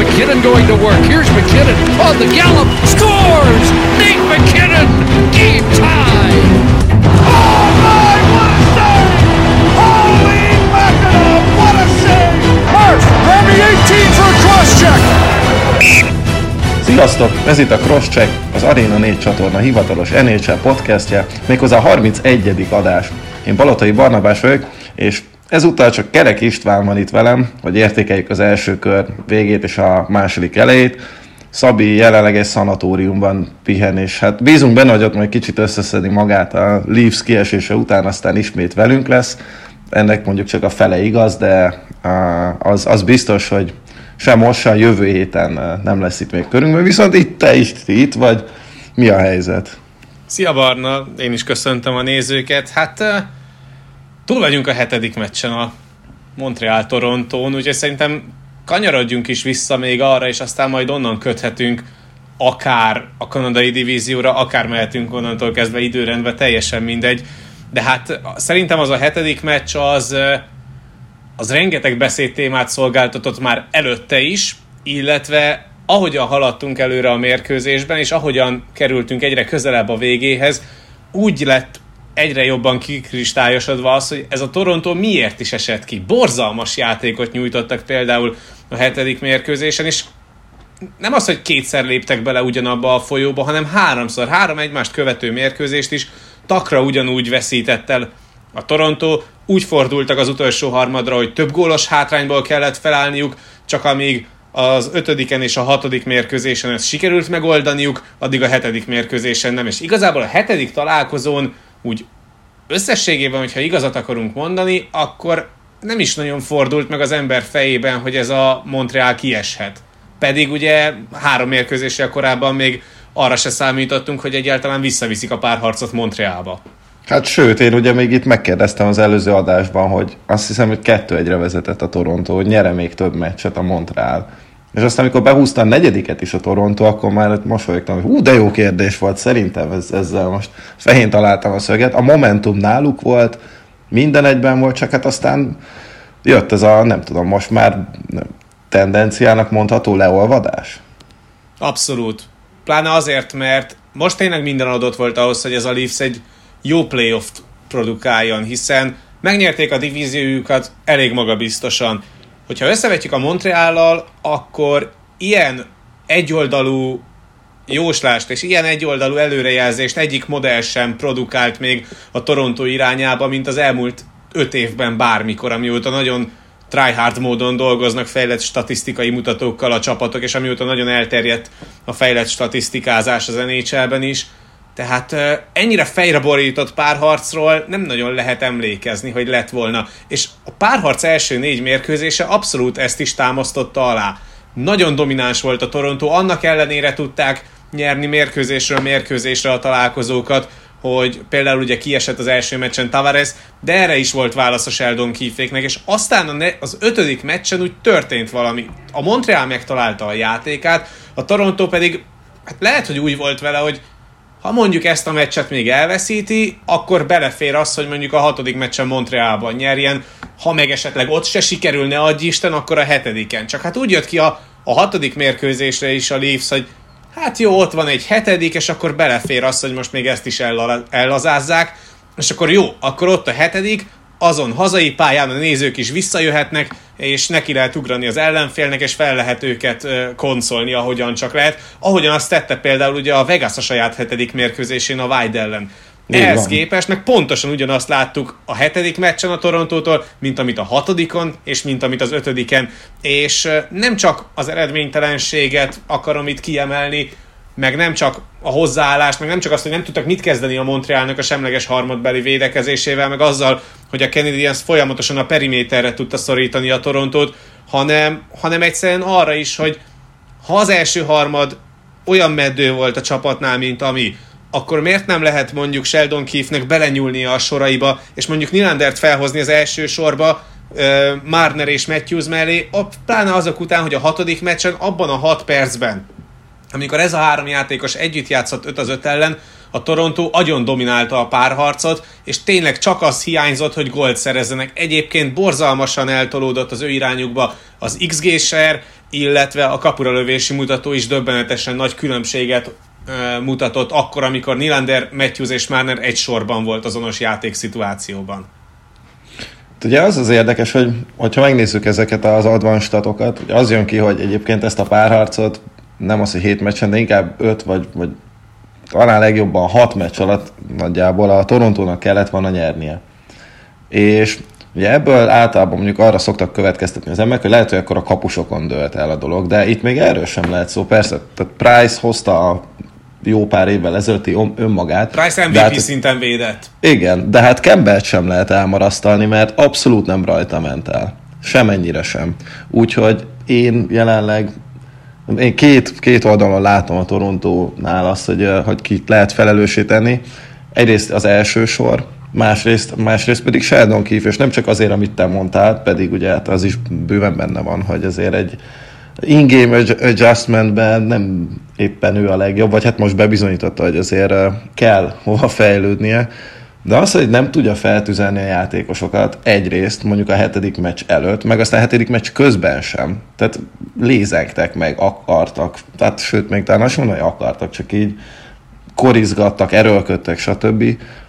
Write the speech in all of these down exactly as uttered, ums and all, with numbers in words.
McKinnon going to work. Here's McKinnon on the gallop. Scores! Nate McKinnon! Game tie! Oh my, what a save! Holy mackerel, what a save! Hurst, grab me eighteen for a cross-check! Sziasztok! Ez itt a Crosscheck, az Arena négy csatorna hivatalos en há el podcastje, méghozzá a harmincegyedik adás. Én Balatai Barnabás vagyok, és ezúttal csak Kerek István van itt velem, hogy értékeljük az első kör végét és a második elejét. Szabi jelenleg egy szanatóriumban pihen, és hát bízunk benne, hogy ott majd kicsit összeszedi magát a Leafs kiesése után, aztán ismét velünk lesz. Ennek mondjuk csak a fele igaz, de az, az biztos, hogy sem most, sem jövő héten nem lesz itt még körünkben, viszont itt te is itt vagy. Mi a helyzet? Szia Barna, én is köszöntöm a nézőket. Hát túl vagyunk a hetedik meccsen a Montreal-Torontón, úgyhogy szerintem kanyarodjunk is vissza még arra, és aztán majd onnan köthetünk akár a kanadai divízióra, akár mehetünk onnantól kezdve időrendbe, teljesen mindegy. De hát szerintem az a hetedik meccs az, az rengeteg beszédtémát szolgáltatott már előtte is, illetve ahogyan haladtunk előre a mérkőzésben, és ahogyan kerültünk egyre közelebb a végéhez, úgy lett egyre jobban kikristályosodva az, hogy ez a Toronto miért is esett ki. Borzalmas játékot nyújtottak például a hetedik mérkőzésen, és nem az, hogy kétszer léptek bele ugyanabba a folyóba, hanem háromszor, három egymást követő mérkőzést is takra ugyanúgy veszített el a Toronto. Úgy fordultak az utolsó harmadra, hogy több gólos hátrányból kellett felállniuk, csak amíg az ötödiken és a hatodik mérkőzésen ezt sikerült megoldaniuk, addig a hetedik mérkőzésen nem. És igazából a hetedik találkozón úgy összességében, hogyha igazat akarunk mondani, akkor nem is nagyon fordult meg az ember fejében, hogy ez a Montreal kieshet. Pedig ugye három mérkőzéssel korábban még arra se számítottunk, hogy egyáltalán visszaviszik a párharcot Montrealba. Hát sőt, én ugye még itt megkérdeztem az előző adásban, hogy azt hiszem, hogy kettő egyre vezetett a Toronto, hogy nyere még több meccset a Montreal. És aztán, amikor behúzta a negyediket is a Toronto, akkor már mosolyogtam, hogy hú, de jó kérdés volt, szerintem ez, ezzel most fején találtam a szöget. A momentum náluk volt, minden egyben volt, csak hát aztán jött ez a, nem tudom, most már tendenciának mondható leolvadás. Abszolút. Pláne azért, mert most tényleg minden adott volt ahhoz, hogy ez a Leafs egy jó playoff-t produkáljon, hiszen megnyerték a divíziójukat elég magabiztosan. Hogyha összevetjük a Montreallal, akkor ilyen egyoldalú jóslást és ilyen egyoldalú előrejelzést egyik modell sem produkált még a Toronto irányába, mint az elmúlt öt évben bármikor, amióta nagyon tryhard módon dolgoznak fejlett statisztikai mutatókkal a csapatok, és amióta nagyon elterjedt a fejlett statisztikázás az en há el-ben is. Tehát ennyire fejre borított párharcról nem nagyon lehet emlékezni, hogy lett volna. És a párharc első négy mérkőzése abszolút ezt is támasztotta alá. Nagyon domináns volt a Toronto, annak ellenére tudták nyerni mérkőzésről mérkőzésre a találkozókat, hogy például ugye kiesett az első meccsen Tavares, de erre is volt válasz a Sheldon Keeféknek, és aztán a ne- az ötödik meccsen úgy történt valami. A Montreal megtalálta a játékát, a Toronto pedig hát lehet, hogy úgy volt vele, hogy ha mondjuk ezt a meccset még elveszíti, akkor belefér az, hogy mondjuk a hatodik meccsen Montrealban nyerjen, ha meg esetleg ott se sikerülne, adj Isten, akkor a hetediken. Csak hát úgy jött ki a, a hatodik mérkőzésre is a Leafs, hogy hát jó, ott van egy hetedik, és akkor belefér az, hogy most még ezt is ellazázzák, és akkor jó, akkor ott a hetedik, azon hazai pályán a nézők is visszajöhetnek, és neki lehet ugrani az ellenfélnek, és fel lehet őket koncolni, ahogyan csak lehet. Ahogyan azt tette például ugye a Vegas a saját hetedik mérkőzésén a Wild ellen. Ehhez képest meg pontosan ugyanazt láttuk a hetedik meccsen a Torontótól, mint amit a hatodikon, és mint amit az ötödiken. És nem csak az eredménytelenséget akarom itt kiemelni, meg nem csak a hozzáállást, meg nem csak azt, hogy nem tudtak mit kezdeni a Montrealnak a semleges harmadbeli védekezésével, meg azzal, hogy a Canadiens folyamatosan a periméterre tudta szorítani a Torontót, hanem, hanem egyszerűen arra is, hogy ha az első harmad olyan meddő volt a csapatnál, mint ami, akkor miért nem lehet mondjuk Sheldon Keefnek belenyúlnia a soraiba, és mondjuk Nylandert felhozni az első sorba, uh, Marner és Matthews mellé, pláne azok után, hogy a hatodik meccsen abban a hat percben, amikor ez a három játékos együtt játszott öt az öt ellen, a Toronto agyon dominálta a párharcot, és tényleg csak az hiányzott, hogy gólt szerezzenek. Egyébként borzalmasan eltolódott az ő irányukba az iksz gé-ser, illetve a kapura lövési mutató is döbbenetesen nagy különbséget e, mutatott akkor, amikor Nylander, Matthews és Marner egy sorban volt azonos játékszituációban. Ugye az az érdekes, hogy hogyha megnézzük ezeket az advanced statokat, ugye az jön ki, hogy egyébként ezt a párharcot nem az, hogy hét meccsen, de inkább öt vagy, vagy talán legjobban hat meccs alatt nagyjából a Torontónak kellett volna nyernie. És ugye ebből általában mondjuk arra szoktak következtetni az emberek, hogy lehet, hogy akkor a kapusokon dőlt el a dolog, de itt még erről sem lehet szó. Persze, tehát Price hozta a jó pár évvel ezelőtti önmagát. Price em vé pé hát, szinten védett. Igen, de hát Campbellt sem lehet elmarasztalni, mert abszolút nem rajta ment el. Semennyire sem. Úgyhogy én jelenleg én két, két oldalon látom a Torontónál azt, hogy, hogy kit lehet felelőssé tenni. Egyrészt az első sor, másrészt, másrészt pedig Sheldon Keefe, és nem csak azért, amit te mondtál, pedig ugye hát az is bőven benne van, hogy azért egy in-game adjustmentben nem éppen ő a legjobb, vagy hát most bebizonyította, hogy azért kell hova fejlődnie, de az, hogy nem tudja feltüzelni a játékosokat egyrészt, mondjuk a hetedik meccs előtt, meg aztán a hetedik meccs közben sem. Tehát lézengtek meg, akartak, tehát sőt, még talán azt mondom, hogy akartak, csak így korizgattak, erőlködtek, stb.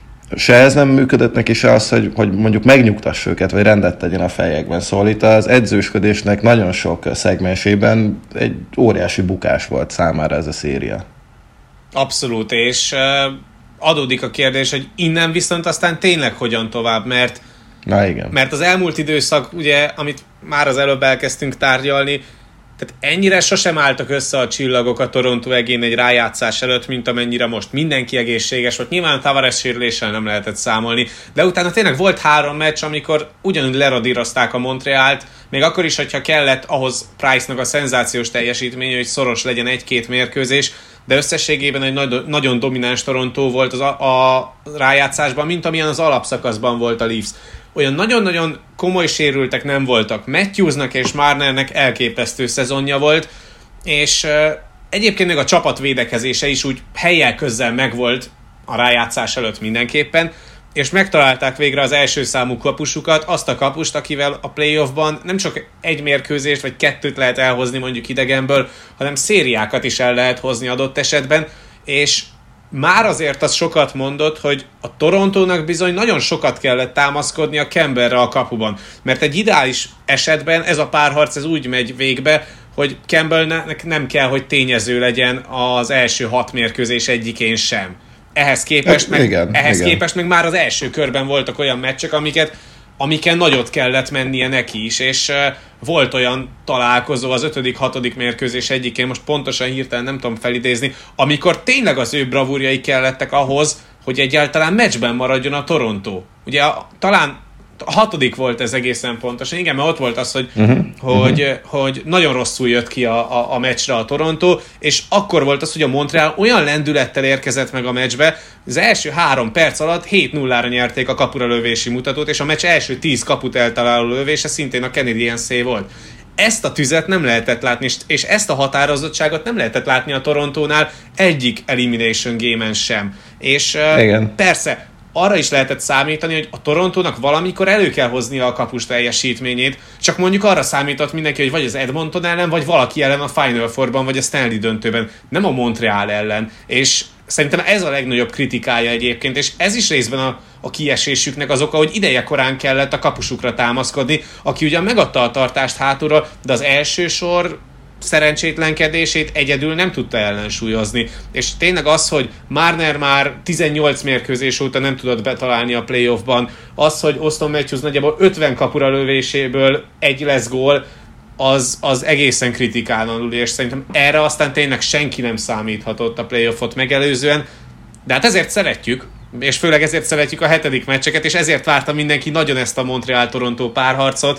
Se ez nem működött neki, se az, hogy, hogy mondjuk megnyugtass őket, vagy rendet tegyen a fejekben. Szóval itt az edzősködésnek nagyon sok szegmensében egy óriási bukás volt számára ez a széria. Abszolút, és adódik a kérdés, hogy innen viszont aztán tényleg hogyan tovább, mert, Na igen. mert az elmúlt időszak, ugye, amit már az előbb elkezdtünk tárgyalni, tehát ennyire sosem álltak össze a csillagok a Toronto egén egy rájátszás előtt, mint amennyire most. Mindenki egészséges volt. Nyilván a Tavares sérüléssel nem lehetett számolni, de utána tényleg volt három meccs, amikor ugyanúgy leradírozták a Montrealt, még akkor is, hogyha kellett ahhoz Price-nak a szenzációs teljesítmény, hogy szoros legyen egy-két mérkőzés, de összességében egy nagy, nagyon domináns Toronto volt az a, a rájátszásban, mint amilyen az alapszakaszban volt a Leafs. Olyan nagyon-nagyon komoly sérültek nem voltak. Matthewsnak és Marnernek elképesztő szezonja volt, és uh, egyébként még a csapat védekezése is úgy helyjel közel megvolt a rájátszás előtt mindenképpen, és megtalálták végre az első számú kapusukat, azt a kapust, akivel a playoffban nem csak egy mérkőzést vagy kettőt lehet elhozni mondjuk idegenből, hanem szériákat is el lehet hozni adott esetben, és már azért az sokat mondott, hogy a Torontónak bizony nagyon sokat kellett támaszkodni a Campbellre a kapuban, mert egy ideális esetben ez a párharc ez úgy megy végbe, hogy Campbellnek nem kell, hogy tényező legyen az első hat mérkőzés egyikén sem. Ehhez képest, meg, igen, ehhez igen. képest meg már az első körben voltak olyan meccsek, amiket, amiken nagyot kellett mennie neki is, és uh, volt olyan találkozó az ötödik, hatodik mérkőzés egyikén, most pontosan hirtelen nem tudom felidézni, amikor tényleg az ő bravúrjai kellettek ahhoz, hogy egyáltalán meccsben maradjon a Toronto. Ugye a, talán a hatodik volt ez egészen pontosan, igen, mert ott volt az, hogy, uh-huh. hogy, uh-huh. hogy nagyon rosszul jött ki a, a, a meccsre a Toronto, és akkor volt az, hogy a Montreal olyan lendülettel érkezett meg a meccsbe, az első három perc alatt hét nullára nyerték a kapura lövési mutatót, és a meccs első tíz kaput eltaláló lövése szintén a Canadiens-é volt. Ezt a tüzet nem lehetett látni, és ezt a határozottságot nem lehetett látni a Torontónál egyik elimination game-en sem. És igen. persze, arra is lehetett számítani, hogy a Torontónak valamikor elő kell hoznia a kapus teljesítményét, csak mondjuk arra számított mindenki, hogy vagy az Edmonton ellen, vagy valaki ellen a Final Fourban, vagy a Stanley döntőben, nem a Montreal ellen. És szerintem ez a legnagyobb kritikája egyébként, és ez is részben a, a kiesésüknek az oka, hogy ideje korán kellett a kapusukra támaszkodni, aki ugyan megadta a tartást hátulról, de az első sor szerencsétlenkedését egyedül nem tudta ellensúlyozni. És tényleg az, hogy Marner már tizennyolc mérkőzés óta nem tudott betalálni a playoffban, az, hogy Auston Matthews nagyjából ötven kapura lövéséből egy lesz gól, az, az egészen kritikálnul, és szerintem erre aztán tényleg senki nem számíthatott a playoffot megelőzően, de hát ezért szeretjük, és főleg ezért szeretjük a hetedik meccseket, és ezért várta mindenki nagyon ezt a Montreal-Toronto párharcot.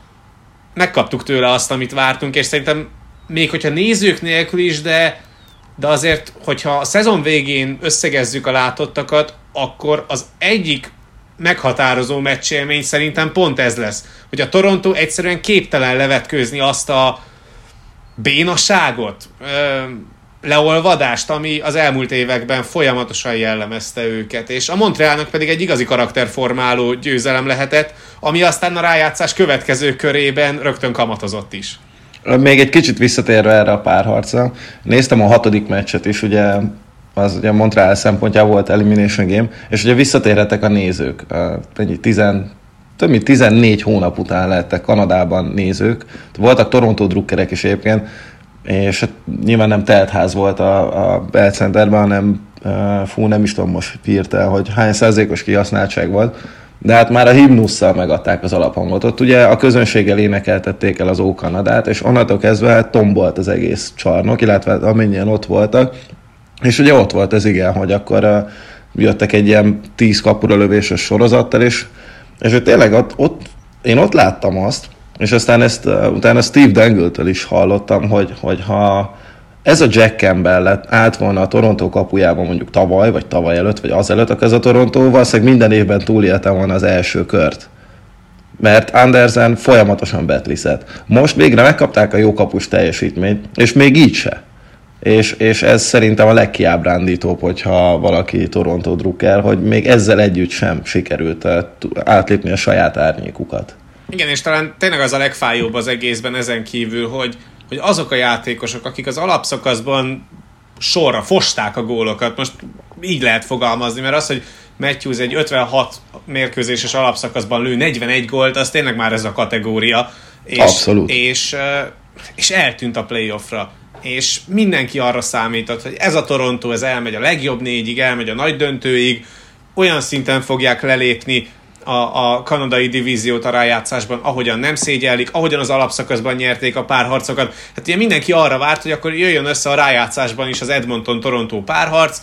Megkaptuk tőle azt, amit vártunk, és szerintem még hogyha nézők nélkül is, de, de azért, hogyha a szezon végén összegezzük a látottakat, akkor az egyik meghatározó meccsélmény szerintem pont ez lesz, hogy a Toronto egyszerűen képtelen levetkőzni azt a bénaságot, leolvadást, ami az elmúlt években folyamatosan jellemezte őket, és a Montrealnak pedig egy igazi karakterformáló győzelem lehetett, ami aztán a rájátszás következő körében rögtön kamatozott is. Még egy kicsit visszatérve erre a párharcra, néztem a hatodik meccset is, ugye az ugye Montreal szempontjából volt Elimination Game, és ugye visszatérhetek a nézők. Ennyi, tizen, több mint tizennégy hónap után lettek Kanadában nézők. Voltak Toronto drukkerek is egyébként, és hát nyilván nem teltház volt a, a Bell Centerben, hanem fú, nem is tudom most írta, hogy hány százalékos kihasználtság volt, de hát már a himnusszal megadták az alaphangot. Ott ugye a közönséggel énekeltették el az Ó Kanadát, és onnantól kezdve hát tombolt az egész csarnok, illetve amennyien ott voltak. És ugye ott volt ez igen, hogy akkor uh, jöttek egy ilyen tíz kapura lövéses sorozattal, és, és tényleg ott, ott, én ott láttam azt, és aztán ezt uh, utána Steve Dangle-től is hallottam, hogy, hogy ha ez a Jack Campbell lett, állt volna a Toronto kapujában mondjuk tavaly, vagy tavaly előtt, vagy azelőtt, akkor ez a Toronto valószínűleg minden évben túlélte volna az első kört. Mert Andersen folyamatosan betliszett. Most végre megkapták a jó kapus teljesítményt, és még így se. És, és ez szerintem a legkiábrándítóbb, hogyha valaki Toronto drukker, hogy még ezzel együtt sem sikerült átlépni a saját árnyékukat. Igen, és talán tényleg az a legfájóbb az egészben ezen kívül, hogy, hogy azok a játékosok, akik az alapszakaszban sorra fosták a gólokat, most így lehet fogalmazni, mert az, hogy Matthews egy ötvenhat mérkőzéses alapszakaszban lő negyvenegy gólt, az tényleg már ez a kategória. És, Abszolút. És, és eltűnt a playoffra. És mindenki arra számított, hogy ez a Toronto, ez elmegy a legjobb négyig, elmegy a nagy döntőig, olyan szinten fogják lelépni a, a kanadai divíziót a rájátszásban, ahogyan nem szégyellik, ahogyan az alapszakaszban nyerték a párharcokat. Hát ugye mindenki arra várt, hogy akkor jöjjön össze a rájátszásban is az Edmonton-Toronto párharc,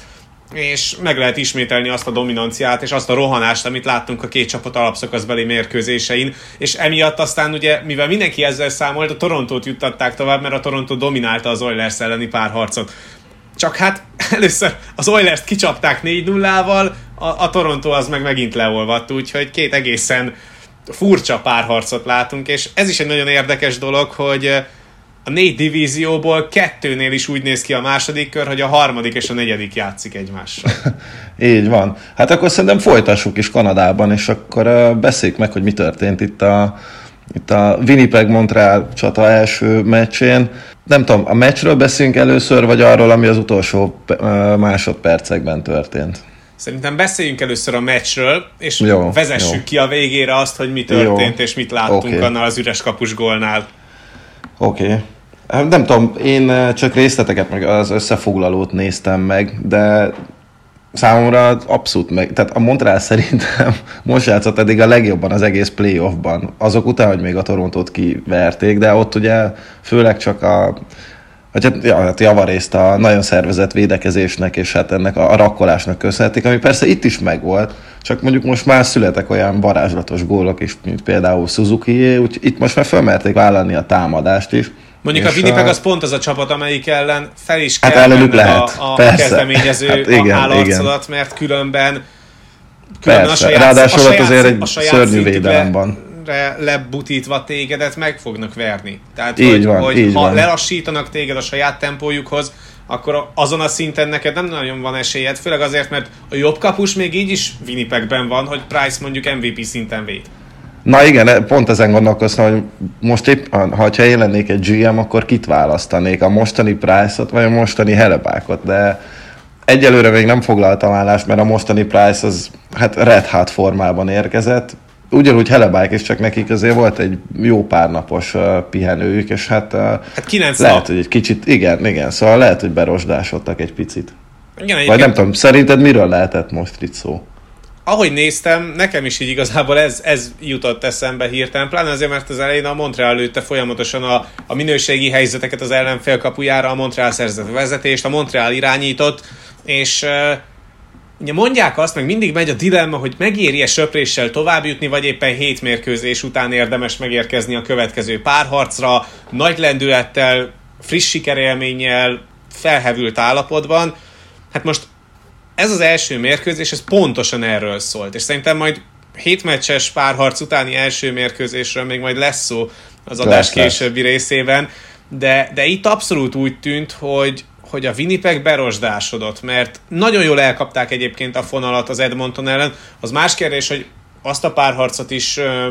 és meg lehet ismételni azt a dominanciát és azt a rohanást, amit láttunk a két csapat alapszakaszbeli mérkőzésein, és emiatt aztán ugye, mivel mindenki ezzel számolt, a Torontót juttatták tovább, mert a Toronto dominálta az Oilers elleni párharcot. Csak hát először az Oilers-t kicsapták négy nullával, a, a Toronto az meg megint leolvadt, úgyhogy két egészen furcsa párharcot látunk, és ez is egy nagyon érdekes dolog, hogy a négy divízióból kettőnél is úgy néz ki a második kör, hogy a harmadik és a negyedik játszik egymással. Így van. Hát akkor szerintem folytassuk is Kanadában, és akkor uh, beszéljük meg, hogy mi történt itt a, itt a Winnipeg-Montreal csata első meccsén. Nem tudom, a meccsről beszélünk először, vagy arról, ami az utolsó uh, másodpercekben történt? Szerintem beszéljünk először a meccsről, és jó, vezessük jó. ki a végére azt, hogy mi történt, jó. és mit láttunk okay. annál az üres kapus gólnál. Oké. Okay. Nem tudom, én csak részleteket, meg az összefoglalót néztem meg, de számomra abszolút meg... Tehát a Montreal szerintem most játszott eddig a legjobban az egész playoffban. Azok után, hogy még a Torontót kiverték, de ott ugye főleg csak a... Hát, ja, hát javarészt a nagyon szervezett védekezésnek és hát ennek a, a rakkolásnak köszönhetik, ami persze itt is megvolt, csak mondjuk most már születek olyan varázslatos gólok is, mint például Suzuki, úgyhogy itt most már felmerték vállalni a támadást is. Mondjuk a Winnipeg az pont az a csapat, amelyik ellen fel is hát kell menned lehet. a, a kezdeményező hát igen, állarcodat, mert különben, különben a saját, ráadásul a saját, azért egy a saját szörnyű védelem van. Lebutítva tégedet meg fognak verni. Tehát, így hogy, van, hogy így ha van. lelassítanak téged a saját tempójukhoz, akkor azon a szinten neked nem nagyon van esélyed, főleg azért, mert a jobb kapus még így is Winnipegben van, hogy Price mondjuk em vé pé szinten véd. Na igen, pont ezen gondolkoztam, hogy most épp, ha én lennék egy gé em, akkor kit választanék, a mostani Price-ot, vagy a mostani Hellebuckot, de egyelőre még nem foglaltam állást, mert a mostani Price az hát red hot formában érkezett. Ugyanúgy Hellebuck is, csak nekik azért volt egy jó pár napos uh, pihenőjük, és hát, uh, hát kilenc lehet, nap. hogy egy kicsit, igen, igen, szóval lehet, hogy berosdásodtak egy picit. Igen, vagy nem tudom, szerinted miről lehetett most itt szó? Ahogy néztem, nekem is így igazából ez, ez jutott eszembe hirtelen, pláne azért, mert az elején a Montreal lőtte folyamatosan a, a minőségi helyzeteket az ellenfél kapujára, a Montreal szerzett vezetést, a Montreal irányított, és uh, ugye mondják azt, meg mindig megy a dilemma, hogy megéri-e söpréssel továbbjutni, vagy éppen hét mérkőzés után érdemes megérkezni a következő párharcra, nagy lendülettel, friss sikerélménnyel, felhevült állapotban. Hát most ez az első mérkőzés, ez pontosan erről szólt, és szerintem majd hét meccses párharc utáni első mérkőzésről még majd lesz szó az adás későbbi részében, de, de itt abszolút úgy tűnt, hogy hogy a Winnipeg berosdásodott, mert nagyon jól elkapták egyébként a fonalat az Edmonton ellen. Az más kérdés, hogy azt a párharcot is ö,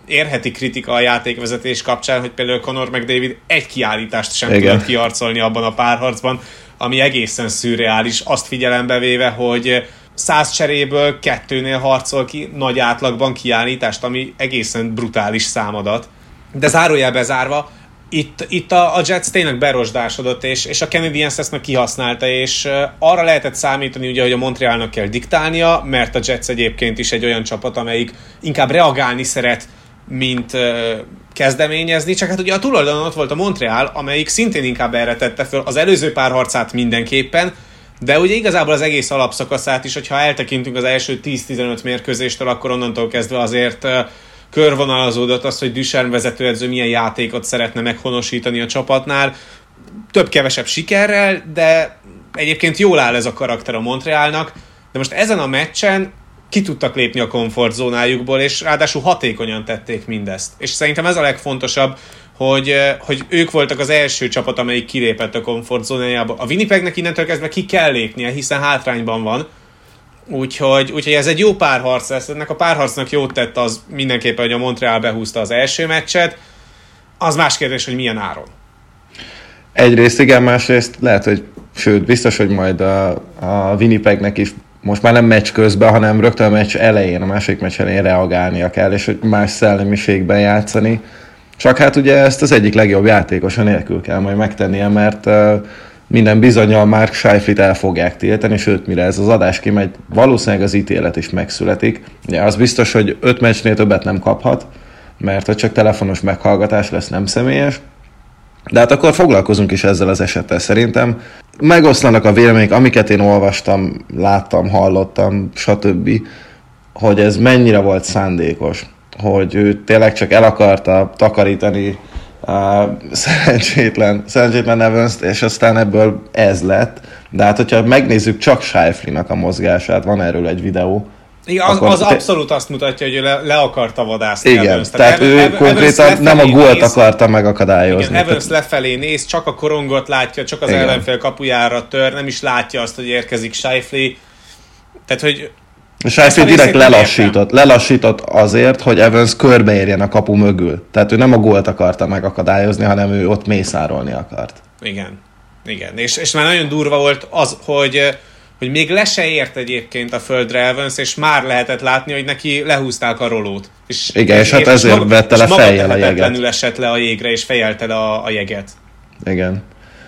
érheti kritika a játékvezetés kapcsán, hogy például Conor McDavid egy kiállítást sem Igen. tudott kiarcolni abban a párharcban, ami egészen szürreális, azt figyelembe véve, hogy száz cseréből kettőnél harcol ki nagy átlagban kiállítást, ami egészen brutális számadat. De zárójel bezárva, itt, itt a, a Jets tényleg berosdásodott, és, és a Canadiens ezt meg kihasználta, és arra lehetett számítani, ugye, hogy a Montrealnak kell diktálnia, mert a Jets egyébként is egy olyan csapat, amelyik inkább reagálni szeret, mint uh, kezdeményezni, csak hát ugye a túloldalon ott volt a Montreal, amelyik szintén inkább erre tette föl az előző pár harcát mindenképpen, de ugye igazából az egész alapszakaszát is, hogyha eltekintünk az első tíz-tizenöt mérkőzéstől, akkor onnantól kezdve azért uh, körvonalazódott az, hogy Duchesne vezetőedző milyen játékot szeretne meghonosítani a csapatnál. Több-kevesebb sikerrel, de egyébként jól áll ez a karakter a Montrealnak, de most ezen a meccsen ki tudtak lépni a komfortzónájukból, és ráadásul hatékonyan tették mindezt. És szerintem ez a legfontosabb, hogy, hogy ők voltak az első csapat, amelyik kilépett a komfortzónájából. A Winnipegnek innentől kezdve ki kell lépnie, hiszen hátrányban van. Úgyhogy, úgyhogy ez egy jó párharc lesz. Ennek a párharcnak jót tett az mindenképpen, hogy a Montreal behúzta az első meccset. Az más kérdés, hogy milyen áron. Egyrészt igen, másrészt lehet, hogy sőt, biztos, hogy majd a, a Winnipegnek is most már nem meccs közben, hanem rögtön a meccs elején, a második meccs elején reagálnia kell, és hogy más szellemiségben játszani. Csak hát ugye ezt az egyik legjobb játékosa nélkül kell majd megtennie, mert uh, minden bizonnyal Mark Scheifele-t el fogják tiltani, sőt, mire ez az adás kimegy, valószínűleg az ítélet is megszületik. Ugye az biztos, hogy öt meccsnél többet nem kaphat, mert hogy csak telefonos meghallgatás lesz, nem személyes. De hát akkor foglalkozunk is ezzel az esettel szerintem. Megoszlanak a vélemények, amiket én olvastam, láttam, hallottam, stb., hogy ez mennyire volt szándékos, hogy ő tényleg csak el akarta takarítani a szerencsétlen, szerencsétlen Evans-t, és aztán ebből ez lett. De hát, hogyha megnézzük csak Scheifele-nak a mozgását, van erről egy videó. Igen, az, az abszolút azt mutatja, hogy ő le, le akarta vadászni. Igen, Evans. tehát, tehát ő Ev- konkrétan nem a gólt akarta megakadályozni. Igen, Evans lefelé néz, csak a korongot látja, csak az igen. ellenfél kapujára tör, nem is látja azt, hogy érkezik Scheifele. Tehát, hogy Scheifele direkt lelassított, lelassított azért, hogy Evans körbeérjen a kapu mögül. Tehát ő nem a gólt akarta megakadályozni, hanem ő ott mészárolni akart. Igen, igen. És, és már nagyon durva volt az, hogy hogy még le se ért egyébként a földre Evans, és már lehetett látni, hogy neki lehúzták a rolót. És, igen, és, és hát ezért maga, vette le fejjel a jeget. esett le a jégre, és fejelte le a, a jeget. Igen.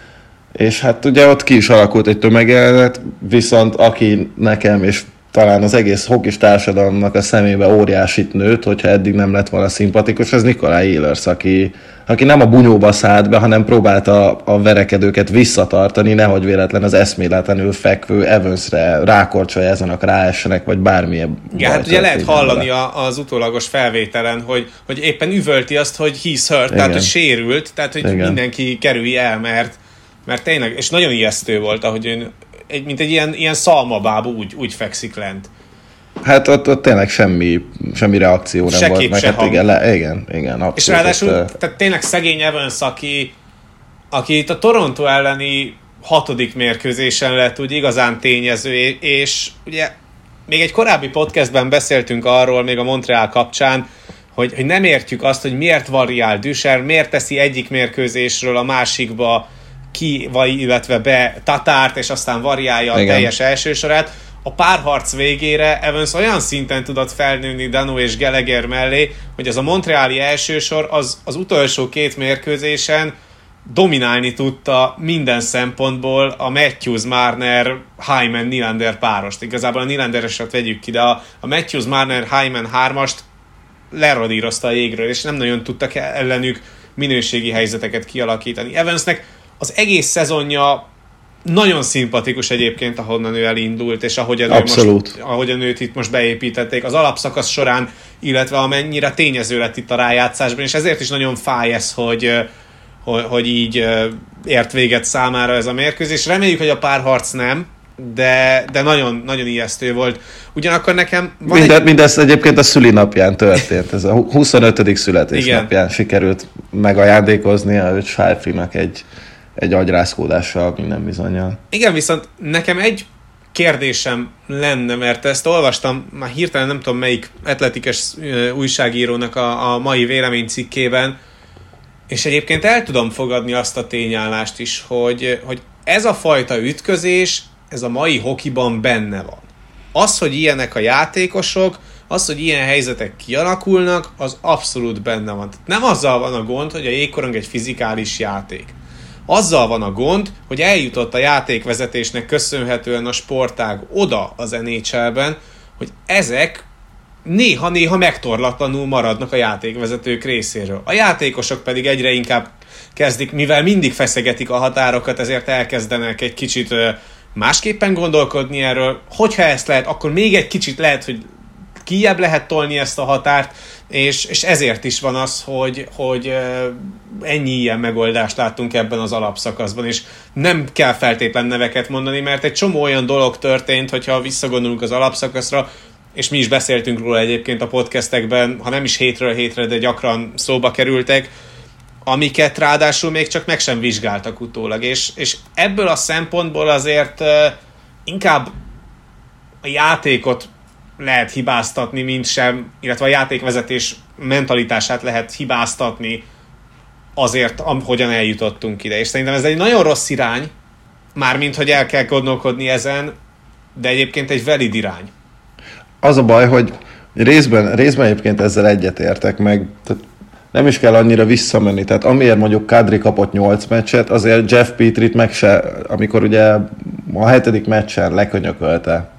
És hát ugye ott ki is alakult egy tömegjelenet, viszont aki nekem, és talán az egész hokis társadalomnak a szemébe óriásit nőtt, hogyha eddig nem lett volna szimpatikus, az Nikolaj Ehlers, aki, aki nem a bunyóba szállt be, hanem próbálta a verekedőket visszatartani, nehogy véletlen az eszméletlenül fekvő Evansre rákorcsoljázanak, ráessenek, vagy bármilyen. Igen, hát ugye lehet hallani a, az utólagos felvételen, hogy, hogy éppen üvölti azt, hogy he's hurt, igen. Tehát hogy sérült, tehát hogy igen. Mindenki kerülj el, mert, mert tényleg, és nagyon ijesztő volt, ahogy ön Egy, mint egy ilyen, ilyen szalmabábú úgy, úgy fekszik lent. Hát ott, ott tényleg semmi, semmi reakció nem se volt. Kép, meg se hát igen, le, igen, igen, abszolút. És ráadásul, ott, tehát tényleg szegény Evans, aki, aki itt a Toronto elleni hatodik mérkőzésen lett úgy igazán tényező, és ugye még egy korábbi podcastben beszéltünk arról, még a Montreal kapcsán, hogy, hogy nem értjük azt, hogy miért variál Duchesne, miért teszi egyik mérkőzésről a másikba ki, vagy illetve be Tatárt, és aztán variálja a igen. teljes elsősorát. A párharc végére Evans olyan szinten tudott felnőni Danault és Gallagher mellé, hogy az a montreali elsősor az, az utolsó két mérkőzésen dominálni tudta minden szempontból a Matthews, Marner, Hyman, Nylander párost. Igazából a Nylandereset vegyük ki, de a, a Matthews, Marner, Hyman hármast lerodírozta a jégről, és nem nagyon tudtak ellenük minőségi helyzeteket kialakítani. Evansnek az egész szezonja nagyon szimpatikus egyébként, ahonnan ő elindult, és ahogyan, ő most, ahogyan őt itt most beépítették az alapszakasz során, illetve amennyire tényező lett itt a rájátszásban, és ezért is nagyon fáj ez, hogy, hogy, hogy így ért véget számára ez a mérkőzés. Reméljük, hogy a párharc nem, de, de nagyon, nagyon ijesztő volt. Ugyanakkor nekem... Van Minden, egy... Mindez egyébként a szülinapján történt. Ez a huszonötödik születésnapján sikerült megajándékoznia őt Scheifele-nak egy, egy agyrázkódással, minden bizonnyal. Igen, viszont nekem egy kérdésem lenne, mert ezt olvastam, már hirtelen nem tudom melyik atletikes újságírónak a, a mai véleménycikkében, és egyébként el tudom fogadni azt a tényállást is, hogy, hogy ez a fajta ütközés, ez a mai hokiban benne van. Az, hogy ilyenek a játékosok, az, hogy ilyen helyzetek kialakulnak, az abszolút benne van. Nem azzal van a gond, hogy a jégkorong egy fizikális játék. Azzal van a gond, hogy eljutott a játékvezetésnek köszönhetően a sportág oda az en há el-ben, hogy ezek néha-néha megtorlatlanul maradnak a játékvezetők részéről. A játékosok pedig egyre inkább kezdik, mivel mindig feszegetik a határokat, ezért elkezdenek egy kicsit másképpen gondolkodni erről. Hogyha ezt lehet, akkor még egy kicsit lehet, hogy kijebb lehet tolni ezt a határt, és, és ezért is van az, hogy, hogy ennyi ilyen megoldást láttunk ebben az alapszakaszban, és nem kell feltétlen neveket mondani, mert egy csomó olyan dolog történt, hogyha visszagondolunk az alapszakaszra, és mi is beszéltünk róla egyébként a podcastekben, ha nem is hétről hétre, de gyakran szóba kerültek, amiket ráadásul még csak meg sem vizsgáltak utólag, és, és ebből a szempontból azért inkább a játékot lehet hibáztatni, mint sem, illetve a játékvezetés mentalitását lehet hibáztatni azért, ahogyan eljutottunk ide. És szerintem ez egy nagyon rossz irány, mármint, hogy el kell gondolkodni ezen, de egyébként egy valid irány. Az a baj, hogy részben, részben egyébként ezzel egyetértek meg, tehát nem is kell annyira visszamenni, tehát amiért mondjuk Kadri kapott nyolc meccset, azért Jeff Petrie-t meg se, amikor ugye a hetedik meccsen lekönyökölte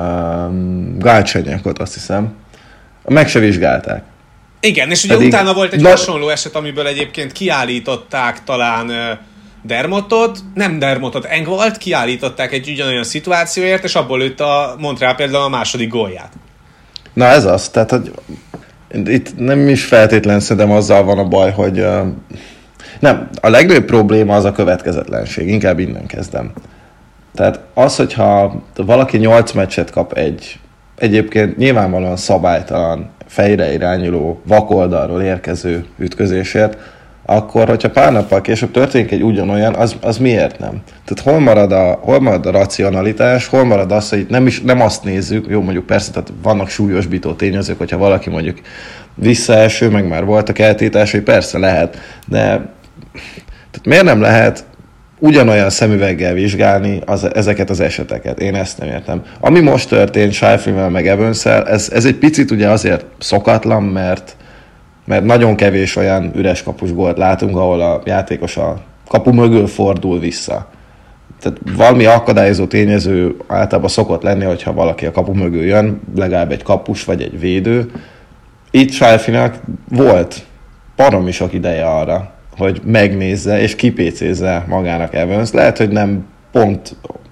um, Galchenyukot, azt hiszem, meg se vizsgálták. Igen, és ugye Pedig utána volt egy na... hasonló eset, amiből egyébként kiállították talán uh, Dermottot, nem Dermottot, Engvalt, kiállították egy ugyanolyan szituációért, és abból lőtt a Montreal például a második gólját. Na ez az, tehát hogy itt nem is feltétlen szerintem azzal van a baj, hogy uh, nem, a legnagyobb probléma az a következetlenség, inkább innen kezdem. Tehát az, hogyha valaki nyolc meccset kap egy, egyébként nyilvánvalóan szabálytalan, fejre irányuló, vakoldalról érkező ütközésért, akkor, hogyha pár nappal később történik egy ugyanolyan, az, az miért nem? Tehát hol marad, a, hol marad a racionalitás, hol marad az, hogy nem, is, nem azt nézzük, jó, mondjuk persze, tehát vannak súlyosbító tényezők, hogyha valaki mondjuk visszaeső, meg már voltak eltétásai, persze lehet, de tehát miért nem lehet ugyanolyan szemüveggel vizsgálni az, ezeket az eseteket? Én ezt nem értem. Ami most történt Scheifele-vel meg Evans-szel, ez, ez egy picit ugye azért szokatlan, mert mert nagyon kevés olyan üres kapus gólt látunk, ahol a játékos a kapu mögül fordul vissza. Tehát valami akadályozó tényező általában szokott lenni, hogyha valaki a kapu mögül jön, legalább egy kapus vagy egy védő. Itt Scheifele-nek volt baromi sok ideje arra, hogy megnézze és kipécézze magának Evans. Lehet, hogy nem pont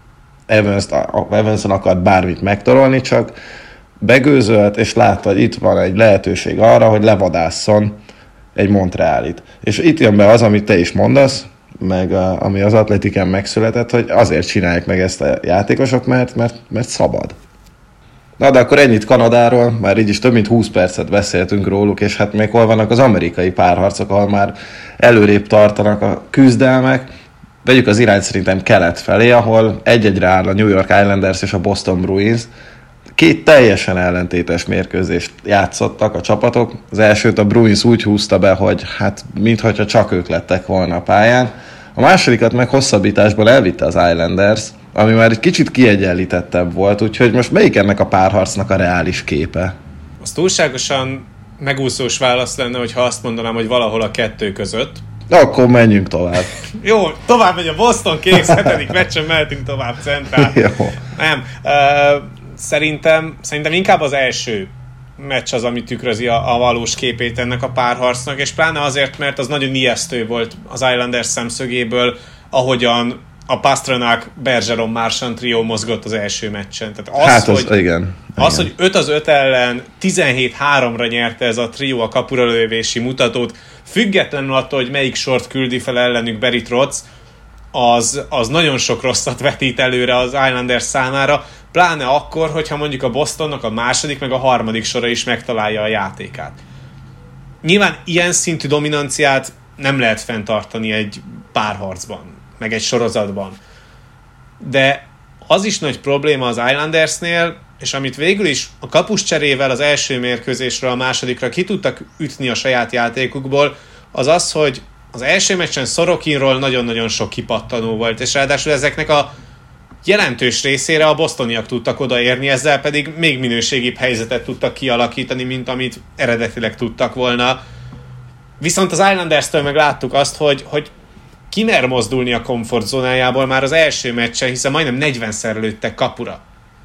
Evanson akart bármit megtorolni, csak begőzölt, és látta, hogy itt van egy lehetőség arra, hogy levadásszon egy Montrealit. És itt jön be az, amit te is mondasz, meg a, ami az Atletiken megszületett, hogy azért csinálják meg ezt a játékosok, mert, mert, mert szabad. Na, de akkor ennyit Kanadáról, már így is több mint húsz percet beszéltünk róluk, és hát még hol vannak az amerikai párharcok, ahol már előrébb tartanak a küzdelmek. Vegyük az irány szerintem kelet felé, ahol egy-egyre áll a New York Islanders és a Boston Bruins. Két teljesen ellentétes mérkőzést játszottak a csapatok. Az elsőt a Bruins úgy húzta be, hogy hát minthogyha csak ők lettek volna a pályán. A másodikat meg hosszabbításból elvitte az Islanders, ami már egy kicsit kiegyenlítettebb volt, úgyhogy most melyik ennek a párharcnak a reális képe? Az túlságosan megúszós válasz lenne, hogyha azt mondanám, hogy valahol a kettő között. Akkor menjünk tovább. Jó, tovább megy a Boston Kings, hetedik meccsen mehetünk tovább centrál. Jó. Nem. Uh, Szerintem, szerintem inkább az első meccs az, ami tükrözi a, a valós képét ennek a párharcnak, és pláne azért, mert az nagyon ijesztő volt az Islanders szemszögéből, ahogyan a Pastrnak, Bergeron, Marchand trió mozgott az első meccsen. Tehát az, hát az, hogy, igen. Az, igen. hogy öt az öt ellen tizenhét háromra nyerte ez a trió a kapuralövési mutatót, függetlenül attól, hogy melyik sort küldi fel ellenük Barry Trotz, az, az nagyon sok rosszat vetít előre az Islanders számára, pláne akkor, hogyha mondjuk a Bostonnak a második meg a harmadik sora is megtalálja a játékát. Nyilván ilyen szintű dominanciát nem lehet fenntartani egy párharcban, meg egy sorozatban. De az is nagy probléma az Islandersnél, és amit végül is a kapuscserével az első mérkőzésről a másodikra ki tudtak ütni a saját játékukból, az az, hogy az első meccsen Sorokinról nagyon-nagyon sok kipattanó volt, és ráadásul ezeknek a jelentős részére a bostoniak tudtak odaérni, ezzel pedig még minőségibb helyzetet tudtak kialakítani, mint amit eredetileg tudtak volna. Viszont az Islanders-től meg láttuk azt, hogy, hogy ki mer mozdulni a komfortzónájából már az első meccsen, hiszen majdnem negyvenszer lőttek kapura.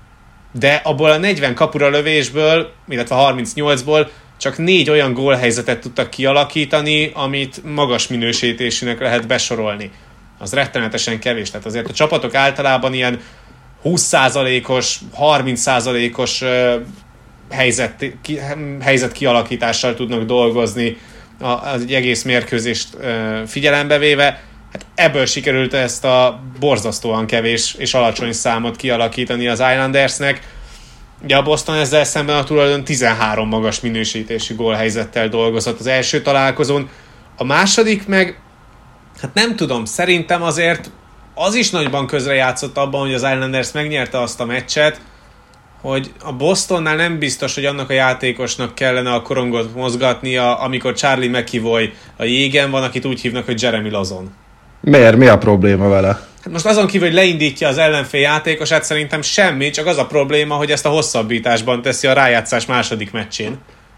De abból a negyven kapura lövésből, illetve harmincnyolcból csak négy olyan gólhelyzetet tudtak kialakítani, amit magas minősítésűnek lehet besorolni. Az rettenetesen kevés. Tehát azért a csapatok általában ilyen húsz százalékos, harminc százalékos helyzet, ki, helyzet kialakítással tudnak dolgozni az egész mérkőzést figyelembe véve. Hát ebből sikerült ezt a borzasztóan kevés és alacsony számot kialakítani az Islandersnek. Ugye a Boston ezzel szemben a tulajdon tizenhárom magas minősítésű gólhelyzettel dolgozott az első találkozón. A második meg, hát nem tudom, szerintem azért az is nagyban közrejátszott abban, hogy az Islanders megnyerte azt a meccset, hogy a Bostonnál nem biztos, hogy annak a játékosnak kellene a korongot mozgatnia, amikor Charlie McAvoy a jégen van, akit úgy hívnak, hogy Jeremy Lauzon. Miért? Mi a probléma vele? Hát most azon kívül, hogy leindítja az ellenfél játékosát, szerintem semmi, csak az a probléma, hogy ezt a hosszabbításban teszi a rájátszás második meccsén.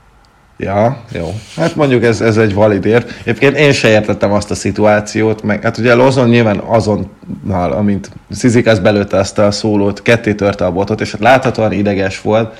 Ja, jó. Hát mondjuk ez, ez egy valid érv. Egyébként én se értettem azt a szituációt, meg hát ugye Lauzon nyilván azonnal, amint Cizikas belőtte ezt a szólót, ketté törte a botot, és hát láthatóan ideges volt,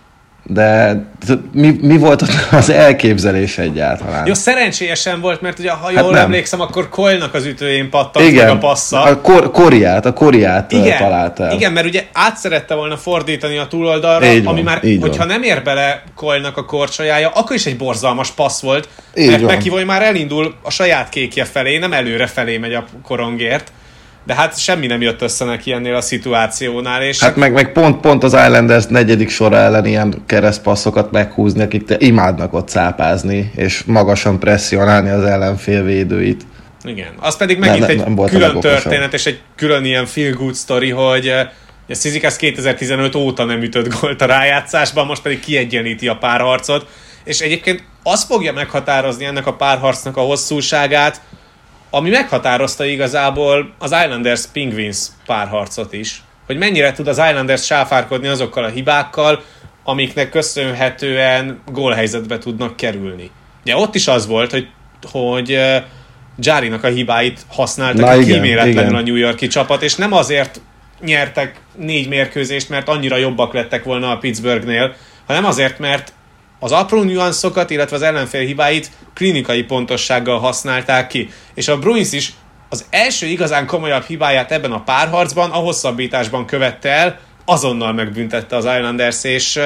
de mi, mi volt az elképzelés egyáltalán? Jó, szerencsélyesen volt, mert ugye, ha hát jól nem. emlékszem, akkor Coyle-nak az ütőjén pattant meg a passza. A kor, koriát, a koriát igen, talált el. Igen, mert ugye át szerette volna fordítani a túloldalra, így ami van, már, hogyha van. Nem ér bele Coyle-nak a korcsolyája, akkor is egy borzalmas passz volt, így mert McAvoy már elindul a saját kékje felé, nem előre felé megy a korongért. De hát semmi nem jött össze neki ennél a szituációnál. És hát meg, meg pont, pont az Islanders negyedik sora ellen ilyen keresztpasszokat meghúzni, akik te imádnak ott cápázni, és magasan presszionálni az ellenfél védőit. Igen, az pedig megint ne, ne, egy külön történet, és egy külön ilyen feel good story, hogy a Cizikas kétezer-tizenöt óta nem ütött gólt a rájátszásban, most pedig kiegyenlíti a párharcot, és egyébként az fogja meghatározni ennek a párharcnak a hosszúságát, ami meghatározta igazából az Islanders Penguins párharcot is, hogy mennyire tud az Islanders sáfárkodni azokkal a hibákkal, amiknek köszönhetően gólhelyzetbe tudnak kerülni. Ugye ott is az volt, hogy, hogy Jarrynak a hibáit használtak kíméletlenül a New York-i csapat, és nem azért nyertek négy mérkőzést, mert annyira jobbak lettek volna a Pittsburghnél, hanem azért, mert az apró nüanszokat, illetve az ellenfél hibáit klinikai pontossággal használták ki. És a Bruins is az első igazán komolyabb hibáját ebben a párharcban, a hosszabbításban követte el, azonnal megbüntette az Islanders, és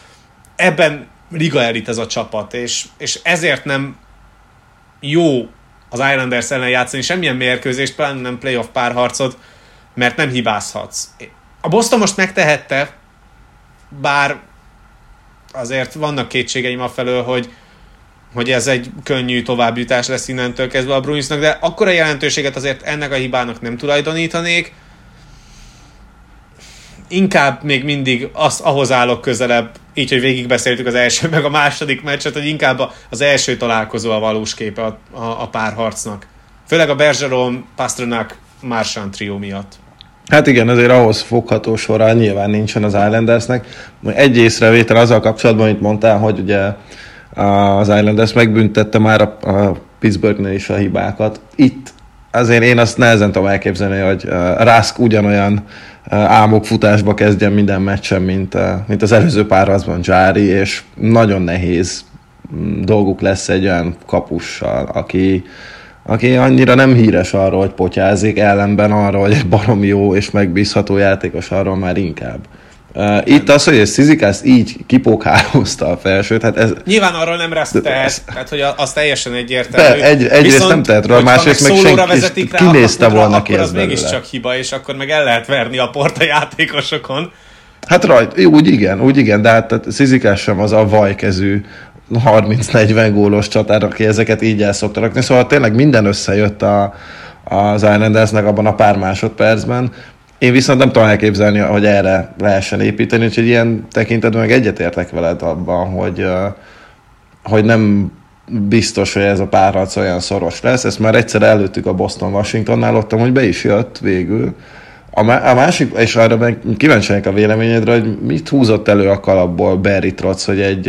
ebben liga elit ez a csapat, és, és ezért nem jó az Islanders ellen játszani semmilyen mérkőzést, pláne nem playoff párharcot, mert nem hibázhatsz. A Boston most megtehette, bár azért vannak kétségeim afelől, hogy, hogy ez egy könnyű továbbjutás lesz innentől kezdve a Bruinsnak, de akkora jelentőséget azért ennek a hibának nem tulajdonítanék. Inkább még mindig azt, ahhoz állok közelebb, így, hogy végigbeszéltük az első meg a második meccset, hogy inkább az első találkozó a valós képe a, a, a párharcnak. Főleg a Bergeron, Pastrnak, Marchand trió miatt. Hát igen, azért ahhoz fogható során nyilván nincsen az Islandersnek. Egy észrevétel azzal kapcsolatban, amit mondtál, hogy ugye az Islanders megbüntette már a, a Pittsburghnél is a hibákat. Itt azért én azt nehezen tudom elképzelni, hogy Rask ugyanolyan álmokfutásba kezdjen minden meccsen, mint, mint az előző párharcban Jarry, és nagyon nehéz dolguk lesz egy olyan kapussal, aki aki annyira nem híres arról, hogy potyázik, ellenben arról, hogy egy baromi jó és megbízható játékos, arról már inkább. Uh, itt az, hogy Cizikas így kipókhálózta a felsőt, hát ez... Nyilván arról nem Rask tehet, tehát hogy az teljesen egyértelmű. Egy, egyrészt Viszont, nem tehet róla, másrészt meg senki kinézte volna ki akkor ez az mégiscsak hiba, és akkor meg el lehet verni a port a játékosokon. Hát rajt, úgy igen, úgy igen, de hát Cizikas sem az a vajkezű harminc-negyven gólos csatár, aki ezeket így el szokta rakni. Szóval tényleg minden összejött a, az Islandersnek abban a pár másodpercben. Én viszont nem tudom elképzelni, hogy erre lehessen építeni, úgyhogy ilyen tekintetben meg egyetértek veled abban, hogy, hogy nem biztos, hogy ez a párharc olyan szoros lesz. Ezt már egyszer előttük a Boston Washingtonnál, ott hogy be is jött végül. A, má- a másik, és arra meg kíváncsi vagyok a véleményedre, hogy mit húzott elő a kalapból Barry Trotz, hogy egy,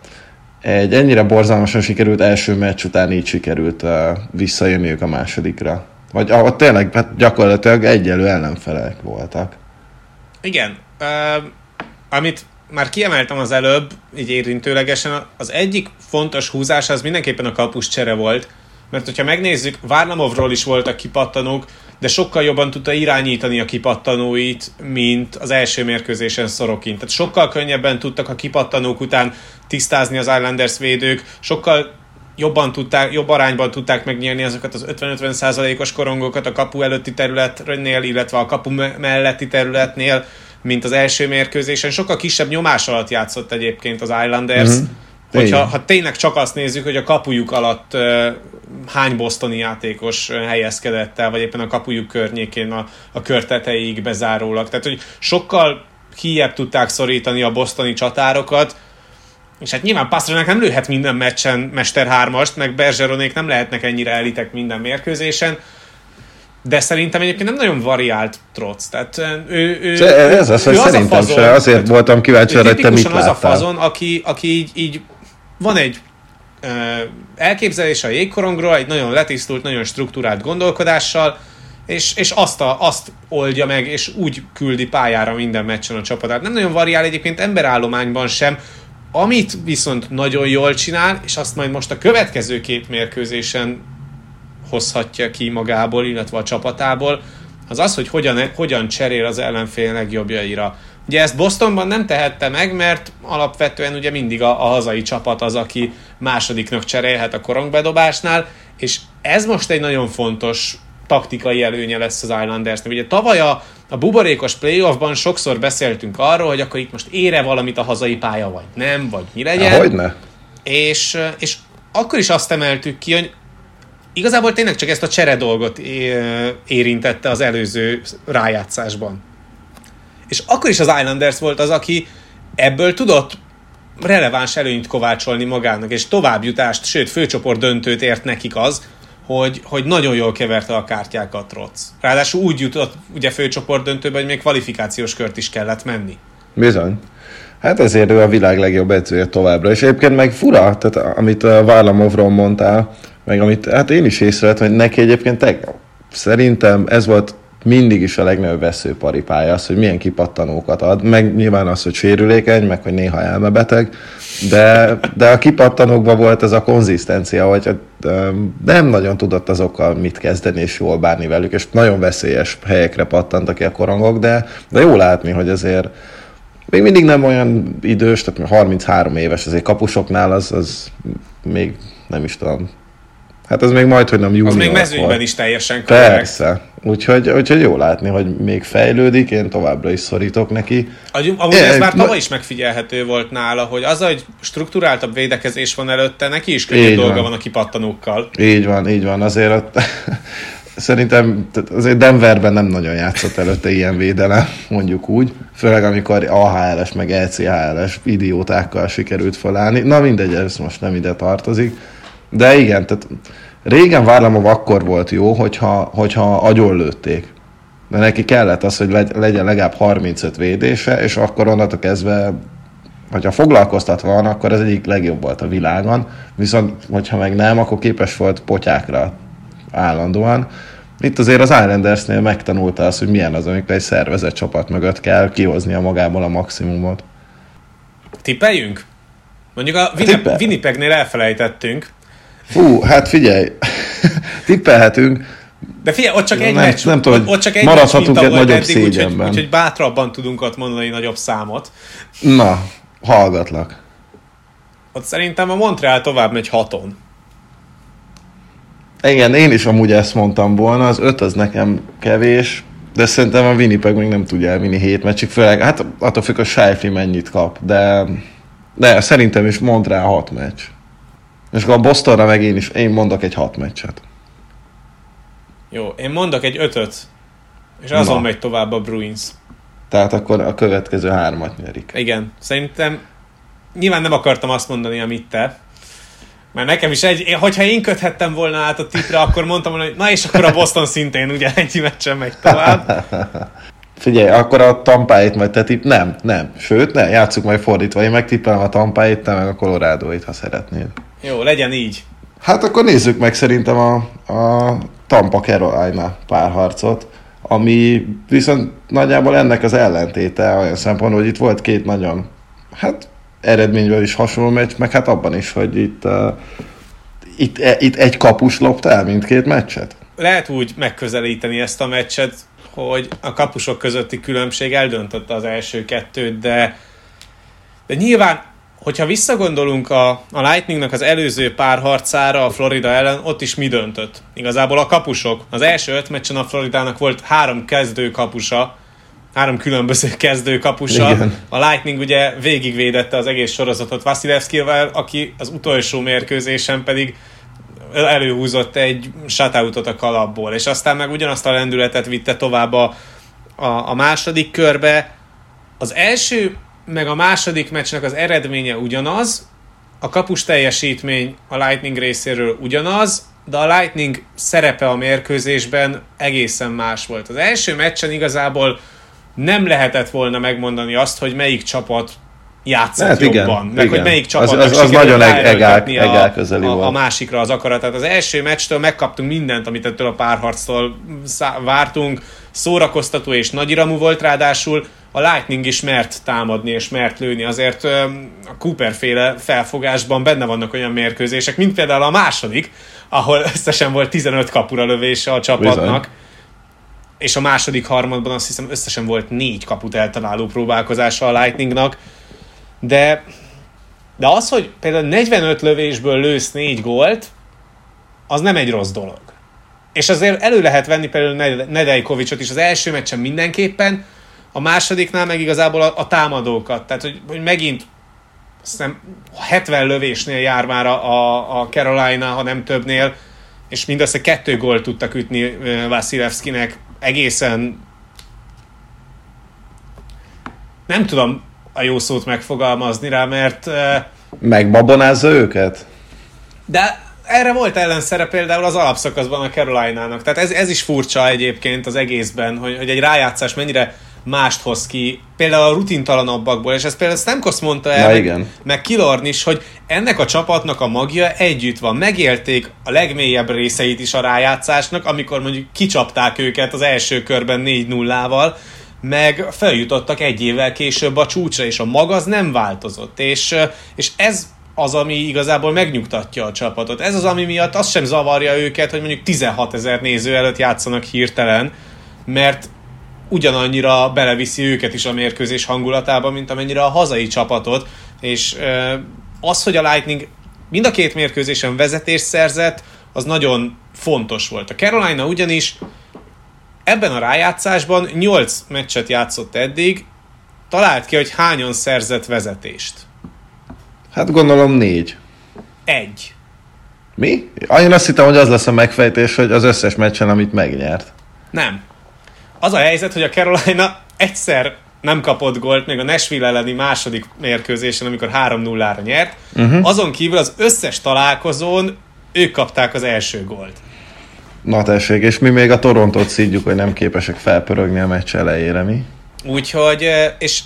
egy ennyire borzalmasan sikerült első meccs után így sikerült visszajönniük a másodikra. Vagy ahol tényleg hát gyakorlatilag egyelő ellenfelek voltak. Igen. Uh, amit már kiemeltem az előbb, így érintőlegesen, az egyik fontos húzás az mindenképpen a kapus csere volt, mert hogyha megnézzük, Varlamovról is voltak kipattanók, de sokkal jobban tudta irányítani a kipattanóit, mint az első mérkőzésen Sorokin. Tehát sokkal könnyebben tudtak a kipattanók után tisztázni az Islanders védők, sokkal jobban tudták, jobb arányban tudták megnyerni azokat az ötven-ötven százalékos korongokat a kapu előtti területnél, illetve a kapu melletti területnél, mint az első mérkőzésen. Sokkal kisebb nyomás alatt játszott egyébként az Islanders, mm-hmm. hogyha ha tényleg csak azt nézzük, hogy a kapujuk alatt uh, hány bostoni játékos uh, helyezkedett el, vagy éppen a kapujuk környékén a, a kör tetejéig bezárólag. Tehát, hogy sokkal kijebb tudták szorítani a bostoni csatárokat, és hát nyilván Pastrnak nem lőhet minden meccsen Mester hármast, meg Bergeronék nem lehetnek ennyire elitek minden mérkőzésen, de szerintem egyébként nem nagyon variált Trotz. Tehát ő, ő, ez az, hogy szerintem az se. Azért tehát, voltam kíváncsi, hogy te mit láttál. Az a fazon, aki, aki így, így van egy uh, elképzelése a jégkorongról, egy nagyon letisztult, nagyon struktúrált gondolkodással, és, és azt, a, azt oldja meg, és úgy küldi pályára minden meccsen a csapatát. Nem nagyon variál egyébként emberállományban sem, amit viszont nagyon jól csinál, és azt majd most a következő két mérkőzésen hozhatja ki magából, illetve a csapatából, az az, hogy hogyan, hogyan cserél az ellenfél legjobbjaira. Ugye ezt Bostonban nem tehette meg, mert alapvetően ugye mindig a, a hazai csapat az, aki másodiknak cserélhet a korongbedobásnál, és ez most egy nagyon fontos taktikai előnye lesz az Islandersnek. Ugye tavaly a, a buborékos playoffban sokszor beszéltünk arról, hogy akkor itt most ére valamit a hazai pálya, vagy nem, vagy mi legyen. Há, hogyne? És, és akkor is azt emeltük ki, hogy igazából tényleg csak ezt a csere dolgot érintette az előző rájátszásban. És akkor is az Islanders volt az, aki ebből tudott releváns előnyt kovácsolni magának, és továbbjutást, sőt főcsoport döntőt ért nekik az, hogy, hogy nagyon jól keverte a kártyákat Trotz. Ráadásul úgy jutott ugye főcsoport döntőbe, hogy még kvalifikációs kört is kellett menni. Bizony. Hát ezért ő a világ legjobb edzője továbbra. És egyébként meg fura, tehát amit a Varlamovról mondtál, meg amit hát én is észrevettem, hogy neki egyébként te, szerintem ez volt mindig is a legnagyobb veszőparipája az, hogy milyen kipattanókat ad, meg nyilván az, hogy sérülékeny, meg hogy néha elmebeteg, de, de a kipattanókban volt ez a konzisztencia, hogy nem nagyon tudott azokkal mit kezdeni és jól bánni velük, és nagyon veszélyes helyekre pattantak ki a korongok, de, de jó látni, hogy azért még mindig nem olyan idős, tehát harminchárom éves, azért kapusoknál az, az még nem is tudom. Hát ez még majd, hogy nem junior. Az még mezőnyben volt. Is teljesen korrekt. Persze. Úgyhogy, úgyhogy jó látni, hogy még fejlődik, én továbbra is szorítok neki. Amúgy é, ez már tavaly is megfigyelhető volt nála, hogy az, hogy strukturáltabb védekezés van előtte, neki is könnyű dolga van. van a kipattanókkal. Így van, így van. Azért ott, szerintem azért Denverben nem nagyon játszott előtte ilyen védelem, mondjuk úgy. Főleg amikor á há el es meg é cé há el es idiótákkal sikerült felállni. Na mindegy, ez most nem ide tartozik. De igen, tehát régen Varlamov akkor volt jó, hogyha, hogyha agyonlőtték. De neki kellett az, hogy legyen legalább harmincöt védése, és akkor onnantól kezdve, hogyha foglalkoztatva van, akkor ez egyik legjobb volt a világon. Viszont, hogyha meg nem, akkor képes volt potyákra állandóan. Itt azért az Islandersnél megtanulta azt, hogy milyen az, amikor egy szervezett csapat mögött kell kihoznia magából a maximumot. Tippeljünk? Mondjuk a Winnipeg, Winnipegnél elfelejtettünk. Fú, hát figyelj, tippelhetünk. De figyelj, ott csak egy nem, meccs, nem tudom, ott csak egy maradhatunk egy nagyobb eddig, szégyenben. Úgyhogy úgy, bátrabban tudunk ott mondani nagyobb számot. Na, hallgatlak. Ott szerintem a Montreal tovább megy haton. Igen, én is amúgy ezt mondtam volna, az öt az nekem kevés, de szerintem a Winnipeg még nem tudja elvinni hét meccsig, főleg, hát attól függ, a Scheifele mennyit kap, de, de szerintem is Montreal hat meccs. És akkor a Bostonra meg én is, én mondok egy hat meccset. Jó, én mondok egy ötöt. És azon Na. megy tovább a Bruins. Tehát akkor a következő hármat nyerik. Igen, szerintem nyilván nem akartam azt mondani, amit te, mert nekem is egy, hogyha én köthettem volna át a tipre, akkor mondtam volna, hogy na és akkor a Boston szintén ugye egy meccsen megy tovább. Figyelj, akkor a Tampáit majd te tipp... Nem, nem. Sőt, ne, játsszuk majd fordítva. Én megtippelem a Tampáit, te meg a Colorado-it, ha szeretnéd. Jó, legyen így. Hát akkor nézzük meg szerintem a, a Tampa Carolina párharcot, ami viszont nagyjából ennek az ellentéte olyan szempontból, hogy itt volt két nagyon, hát eredményből is hasonló meccs, meg hát abban is, hogy itt, uh, itt, e, itt egy kapus lopta el mindkét meccset. Lehet úgy megközelíteni ezt a meccset, hogy a kapusok közötti különbség eldöntötte az első kettőt, de, de nyilván, hogyha visszagondolunk a, a Lightningnak az előző párharcára a Florida ellen, ott is mi döntött? Igazából a kapusok. Az első öt meccsen a Floridának volt három kezdőkapusa, három különböző kezdőkapusa. Igen. A Lightning ugye végigvédette az egész sorozatot Vasilevskivel, aki az utolsó mérkőzésen pedig előhúzott egy shutoutot a kalapból, és aztán meg ugyanazt a lendületet vitte tovább a, a, a második körbe. Az első meg a második meccsnek az eredménye ugyanaz, a kapus teljesítmény a Lightning részéről ugyanaz, de a Lightning szerepe a mérkőzésben egészen más volt. Az első meccsen igazából nem lehetett volna megmondani azt, hogy melyik csapat játszott hát jobban, igen, meg igen. hogy melyik csapatnak az, az, az nagyon egál, egál közeli a, volt. a másikra az akaratát. Az első meccstől megkaptunk mindent, amit ettől a párharctól szá- vártunk, szórakoztató és nagyiramú volt, ráadásul a Lightning is mert támadni és mert lőni. Azért a Cooper-féle felfogásban benne vannak olyan mérkőzések, mint például a második, ahol összesen volt tizenöt kapura lövése a csapatnak. Bizony. És a második harmadban azt hiszem összesen volt négy kaput eltaláló próbálkozása a Lightningnak. De, de az, hogy például negyvenöt lövésből lősz négy gólt, az nem egy rossz dolog. És azért elő lehet venni például Nedeljkovicsot is az első meccsen mindenképpen, a másodiknál meg igazából a, a támadókat. Tehát, hogy, hogy megint azt hiszem hetven lövésnél jár már a, a Carolina, ha nem többnél, és mindössze kettő gólt tudtak ütni Vasilevskinek. Egészen nem tudom a jó szót megfogalmazni rá, mert megbabonázza őket? De erre volt ellenszere például az alapszakaszban a Carolinának. Tehát ez, ez is furcsa egyébként az egészben, hogy, hogy egy rájátszás mennyire mást hoz ki, például a rutintalanabbakból, és ezt például Stamkos mondta el, meg, igen. meg Killorn is, hogy ennek a csapatnak a magja együtt van. Megélték a legmélyebb részeit is a rájátszásnak, amikor mondjuk kicsapták őket az első körben négy nullával, meg feljutottak egy évvel később a csúcsra, és a mag az nem változott. És, és ez az, ami igazából megnyugtatja a csapatot. Ez az, ami miatt azt sem zavarja őket, hogy mondjuk tizenhatezer néző előtt játszanak hirtelen, mert ugyanannyira beleviszi őket is a mérkőzés hangulatába, mint amennyire a hazai csapatot, és az, hogy a Lightning mind a két mérkőzésen vezetést szerzett, az nagyon fontos volt. A Carolina ugyanis ebben a rájátszásban nyolc meccset játszott eddig, talált ki, hogy hányan szerzett vezetést. Hát gondolom négy. Egy. Mi? Én azt hittem, hogy az lesz a megfejtés, hogy az összes meccsen, amit megnyert. Nem. Az a helyzet, hogy a Carolina egyszer nem kapott gólt, még a Nashville elleni második mérkőzésen, amikor három nullára nyert. Uh-huh. Azon kívül az összes találkozón ők kapták az első gólt. Na tessék, és mi még a Torontót szídjuk, hogy nem képesek felpörögni a meccs elejére, mi? Úgyhogy, és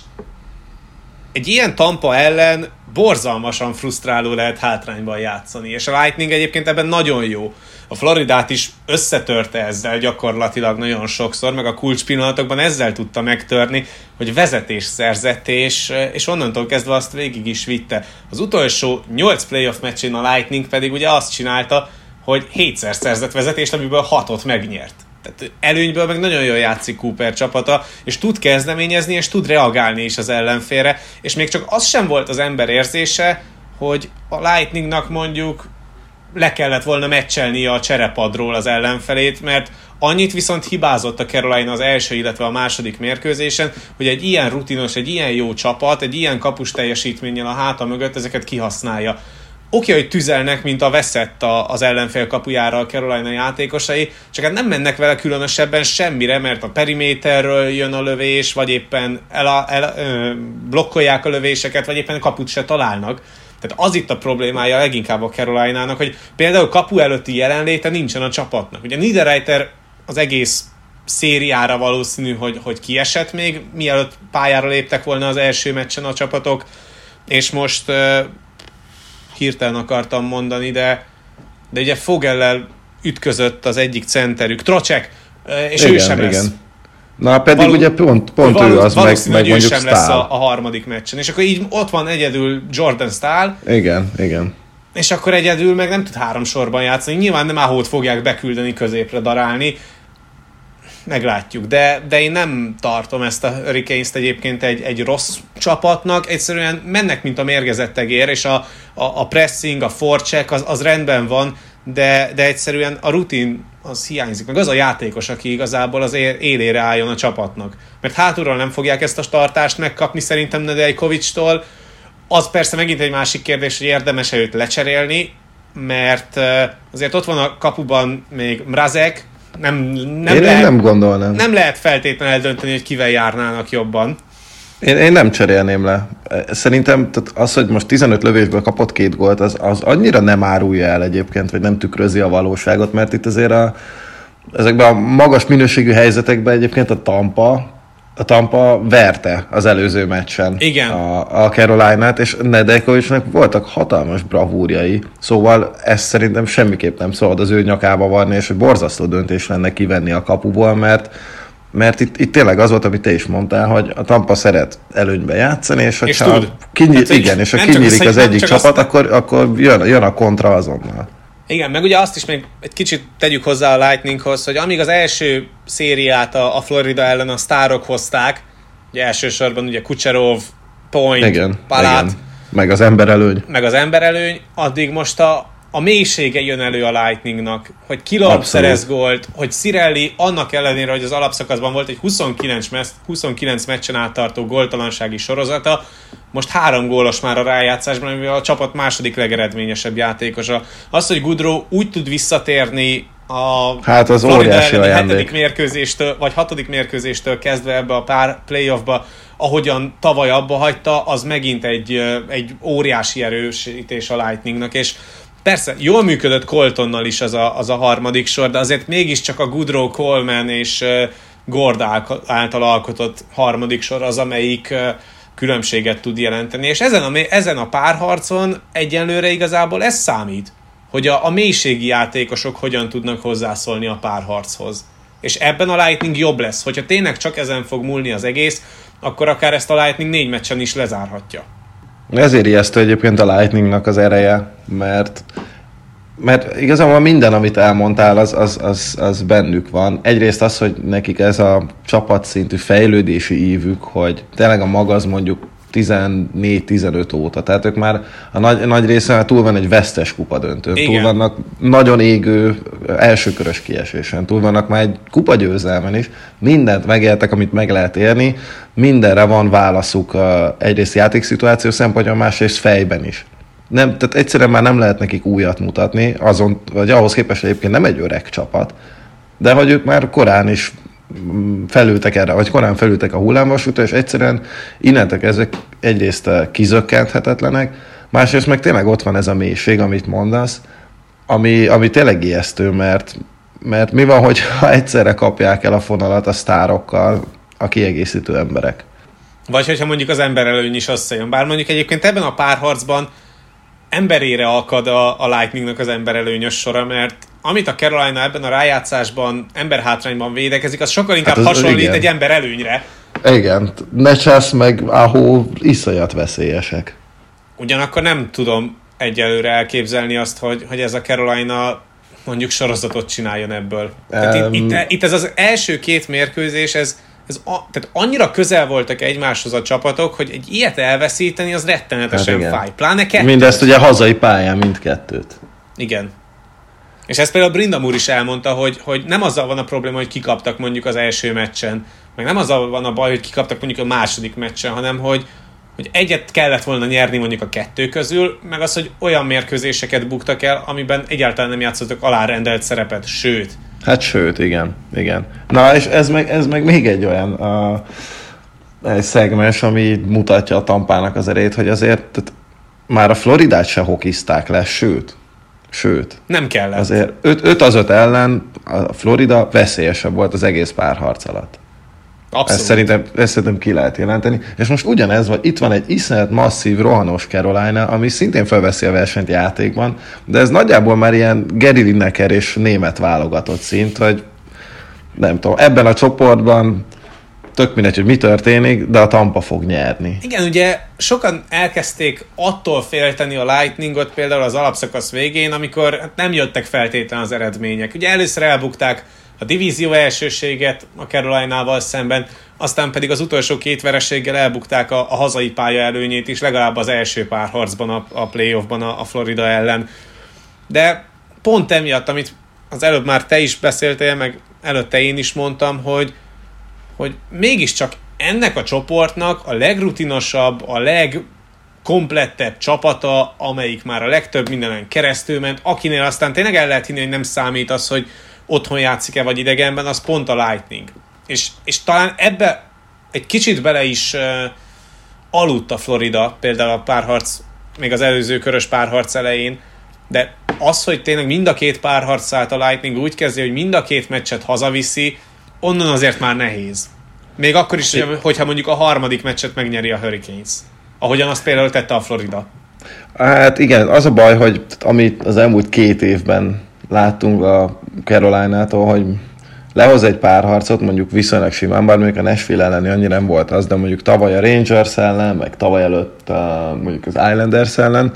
egy ilyen Tampa ellen borzalmasan frusztráló lehet hátrányban játszani, és a Lightning egyébként ebben nagyon jó. A Floridát is összetörte ezzel gyakorlatilag nagyon sokszor, meg a kulcspillanatokban ezzel tudta megtörni, hogy vezetés szerzett, és, és onnantól kezdve azt végig is vitte. Az utolsó nyolc playoff meccsén a Lightning pedig ugye azt csinálta, hogy hétszer szerzett vezetést, amiből hatot megnyert. Tehát előnyből meg nagyon jól játszik Cooper csapata, és tud kezdeményezni, és tud reagálni is az ellenfélre, és még csak az sem volt az ember érzése, hogy a Lightningnak mondjuk le kellett volna meccselnie a cserepadról az ellenfelét, mert annyit viszont hibázott a Carolina az első, illetve a második mérkőzésen, hogy egy ilyen rutinos, egy ilyen jó csapat, egy ilyen kapus teljesítménnyel a háta mögött ezeket kihasználja. oké, hogy tüzelnek, mint a veszett az ellenfél kapujára a Carolina játékosai, csak hát nem mennek vele különösebben semmire, mert a periméterről jön a lövés, vagy éppen el a, el, ö, blokkolják a lövéseket, vagy éppen kaput se találnak. Tehát az itt a problémája leginkább a Carolinának, hogy például kapu előtti jelenléte nincsen a csapatnak. Ugye Niederreiter az egész szériára valószínű, hogy, hogy kiesett még, mielőtt pályára léptek volna az első meccsen a csapatok, és most uh, hirtelen akartam mondani, de, de ugye Fogellel ütközött az egyik centerük, Trocek, uh, és igen, ő sem igen. lesz. Na pedig Való, ugye pont, pont való, ő az, meg, meg mondjuk sem Stahl. lesz a, a harmadik meccsen, és akkor így ott van egyedül Jordan Stahl. Igen, igen. És akkor egyedül meg nem tud három sorban játszani. Nyilván nem Ahót fogják beküldeni középre darálni. Meglátjuk. De, de én nem tartom ezt a Hurricanes-t egyébként egy, egy rossz csapatnak. Egyszerűen mennek, mint a mérgezett egér, és a, a, a pressing, a forecheck az, az rendben van, de, de egyszerűen a rutin az hiányzik. Meg az a játékos, aki igazából az élére álljon a csapatnak. Mert hátulról nem fogják ezt a tartást megkapni szerintem Nedeljkovicstól. Az persze megint egy másik kérdés, hogy érdemes-e őt lecserélni, mert azért ott van a kapuban még Mrazek, nem, nem, én lehet, nem gondolnám. Nem lehet feltétlenül eldönteni, hogy kivel járnának jobban. Én, én nem cserélném le. Szerintem tehát az, hogy most tizenöt lövésből kapott két gólt, az, az annyira nem árulja el egyébként, vagy nem tükrözi a valóságot, mert itt azért a, ezekben a magas minőségű helyzetekben egyébként a Tampa A Tampa verte az előző meccsen Igen. a, a Carolinát, és Nedeljkovicnak voltak hatalmas bravúrjai, szóval ezt szerintem semmiképp nem szabad az ő nyakába varni, és hogy borzasztó döntés lenne kivenni a kapuból, mert, mert itt, itt tényleg az volt, amit te is mondtál, hogy a Tampa szeret előnybe játszani, és hogyha és kinyí, hát, igen, és ha kinyílik az, az egyik csapat, azt... akkor, akkor jön, jön a kontra azonnal. Igen, meg ugye azt is még egy kicsit tegyük hozzá a Lightninghoz, hogy amíg az első szériát a, a Florida ellen a sztárok hozták, ugye elsősorban ugye Kucherov, Point, igen, Palat, igen. meg az emberelőny, meg az emberelőny, addig most a, a mélysége jön elő a Lightningnak, hogy Kilorb szerez gólt, hogy Cirelli annak ellenére, hogy az alapszakaszban volt egy huszonkilenc, huszonkilenc meccsen áttartó góltalansági sorozata, most három gólos már a rájátszásban, amivel a csapat második legeredményesebb játékosa. Az, hogy Goodrow úgy tud visszatérni a hát az Florida elleni hetedik mérkőzéstől, vagy hatodik mérkőzéstől kezdve ebbe a pár playoffba, ahogyan tavaly abba hagyta, az megint egy, egy óriási erősítés a Lightningnak, és persze, jól működött Coltonnal is az a, az a harmadik sor, de azért mégiscsak a Goodrow, Coleman és Gord által alkotott harmadik sor az, amelyik különbséget tud jelenteni, és ezen a, ezen a párharcon egyenlőre igazából ez számít, hogy a, a mélységi játékosok hogyan tudnak hozzászólni a párharchoz. És ebben a Lightning jobb lesz. Hogyha tényleg csak ezen fog múlni az egész, akkor akár ezt a Lightning négy meccsen is lezárhatja. Ezért ijesztő egyébként a Lightningnak az ereje, mert mert igazából minden, amit elmondtál, az, az, az, az bennük van. Egyrészt az, hogy nekik ez a csapatszintű fejlődési ívük, hogy tényleg a maga az mondjuk tizennégy-tizenöt óta. Tehát ők már a nagy, nagy része túl van egy vesztes kupadöntőn. Igen. Túl vannak nagyon égő elsőkörös kiesésen. Túl vannak már egy kupagyőzelmen is. Mindent megéltek, amit meg lehet érni. Mindenre van válaszuk egyrészt játékszituáció szempontjából, másrészt fejben is. Nem, tehát egyszerűen már nem lehet nekik újat mutatni, azon, vagy ahhoz képest egyébként nem egy öreg csapat, de hogy ők már korán is felültek erre, vagy korán felültek a hullámvasútra, és egyszerűen innentek ezek egyrészt kizökkenthetetlenek, másrészt meg tényleg ott van ez a mélység, amit mondasz, ami, ami tényleg ijesztő, mert, mert mi van, hogyha egyszerre kapják el a fonalat a sztárokkal a kiegészítő emberek. Vagy hogyha mondjuk az emberelőny is összejön. Bár mondjuk egyébként ebben a párharcban emberére akad a, a Lightningnak az emberelőnyös sora, mert amit a Carolina ebben a rájátszásban emberhátrányban védekezik, az sokkal inkább hát az, hasonlít igen. egy emberelőnyre. Igen, Necsász meg Aho iszonyat veszélyesek. Ugyanakkor nem tudom egyelőre elképzelni azt, hogy, hogy ez a Carolina mondjuk sorozatot csináljon ebből. Um, tehát itt, itt, itt ez az első két mérkőzés, ez Ez a, tehát annyira közel voltak egymáshoz a csapatok, hogy egy ilyet elveszíteni, az rettenetesen hát fáj. Pláne kettőt. Mindezt ugye hazai pályán mindkettőt. Igen. És ezt például Brindamore is elmondta, hogy, hogy nem azzal van a probléma, hogy kikaptak mondjuk az első meccsen, meg nem azzal van a baj, hogy kikaptak mondjuk a második meccsen, hanem hogy, hogy egyet kellett volna nyerni mondjuk a kettő közül, meg az, hogy olyan mérkőzéseket buktak el, amiben egyáltalán nem játszottak alárendelt szerepet, sőt. Hát sőt, igen, igen. Na, és ez meg, ez meg még egy olyan uh, egy szegmens, ami mutatja a Tampának az erejét, hogy azért tehát már a Floridát se hokizták le, sőt, sőt. Nem kellett. Azért öt az öt ellen a Florida veszélyesebb volt az egész párharc alatt. Abszolút. Ezt szerintem, ezt szerintem ki lehet jelenteni. És most ugyanez, vagy itt van egy iszonyat masszív, rohanós Carolina, ami szintén felveszi a versenyt játékban, de ez nagyjából már ilyen Gary Lineker és német válogatott szint, hogy nem tudom, ebben a csoportban tök mindegy, hogy mi történik, de a Tampa fog nyerni. Igen, ugye sokan elkezdték attól félteni a Lightningot például az alapszakasz végén, amikor nem jöttek feltétlenül az eredmények. Ugye először elbukták a divízió elsőséget a Carolinával szemben, aztán pedig az utolsó két vereséggel elbukták a, a hazai pálya előnyét is, legalább az első pár harcban, a, a playoffban a, a Florida ellen. De pont emiatt, amit az előbb már te is beszéltél, meg előtte én is mondtam, hogy, hogy mégiscsak ennek a csoportnak a legrutinosabb, a legkomplettebb csapata, amelyik már a legtöbb mindenen keresztül ment, akinél aztán tényleg el lehet hinni, hogy nem számít az, hogy otthon játszik-e vagy idegenben, az pont a Lightning. És, és talán ebbe egy kicsit bele is uh, aludt a Florida, például a párharc, még az előző körös párharc elején, de az, hogy tényleg mind a két párharcát a Lightning úgy kezdi, hogy mind a két meccset hazaviszi, onnan azért már nehéz. Még akkor is, hogyha mondjuk a harmadik meccset megnyeri a Hurricanes. Ahogyan azt például tette a Florida. Hát igen, az a baj, hogy amit az elmúlt két évben láttunk a Carolinától, hogy lehoz egy párharcot, mondjuk viszonylag simán, bár mondjuk a Nashville elleni annyira nem volt az, de mondjuk tavaly a Rangers ellen, meg tavaly előtt a, mondjuk az Islanders ellen,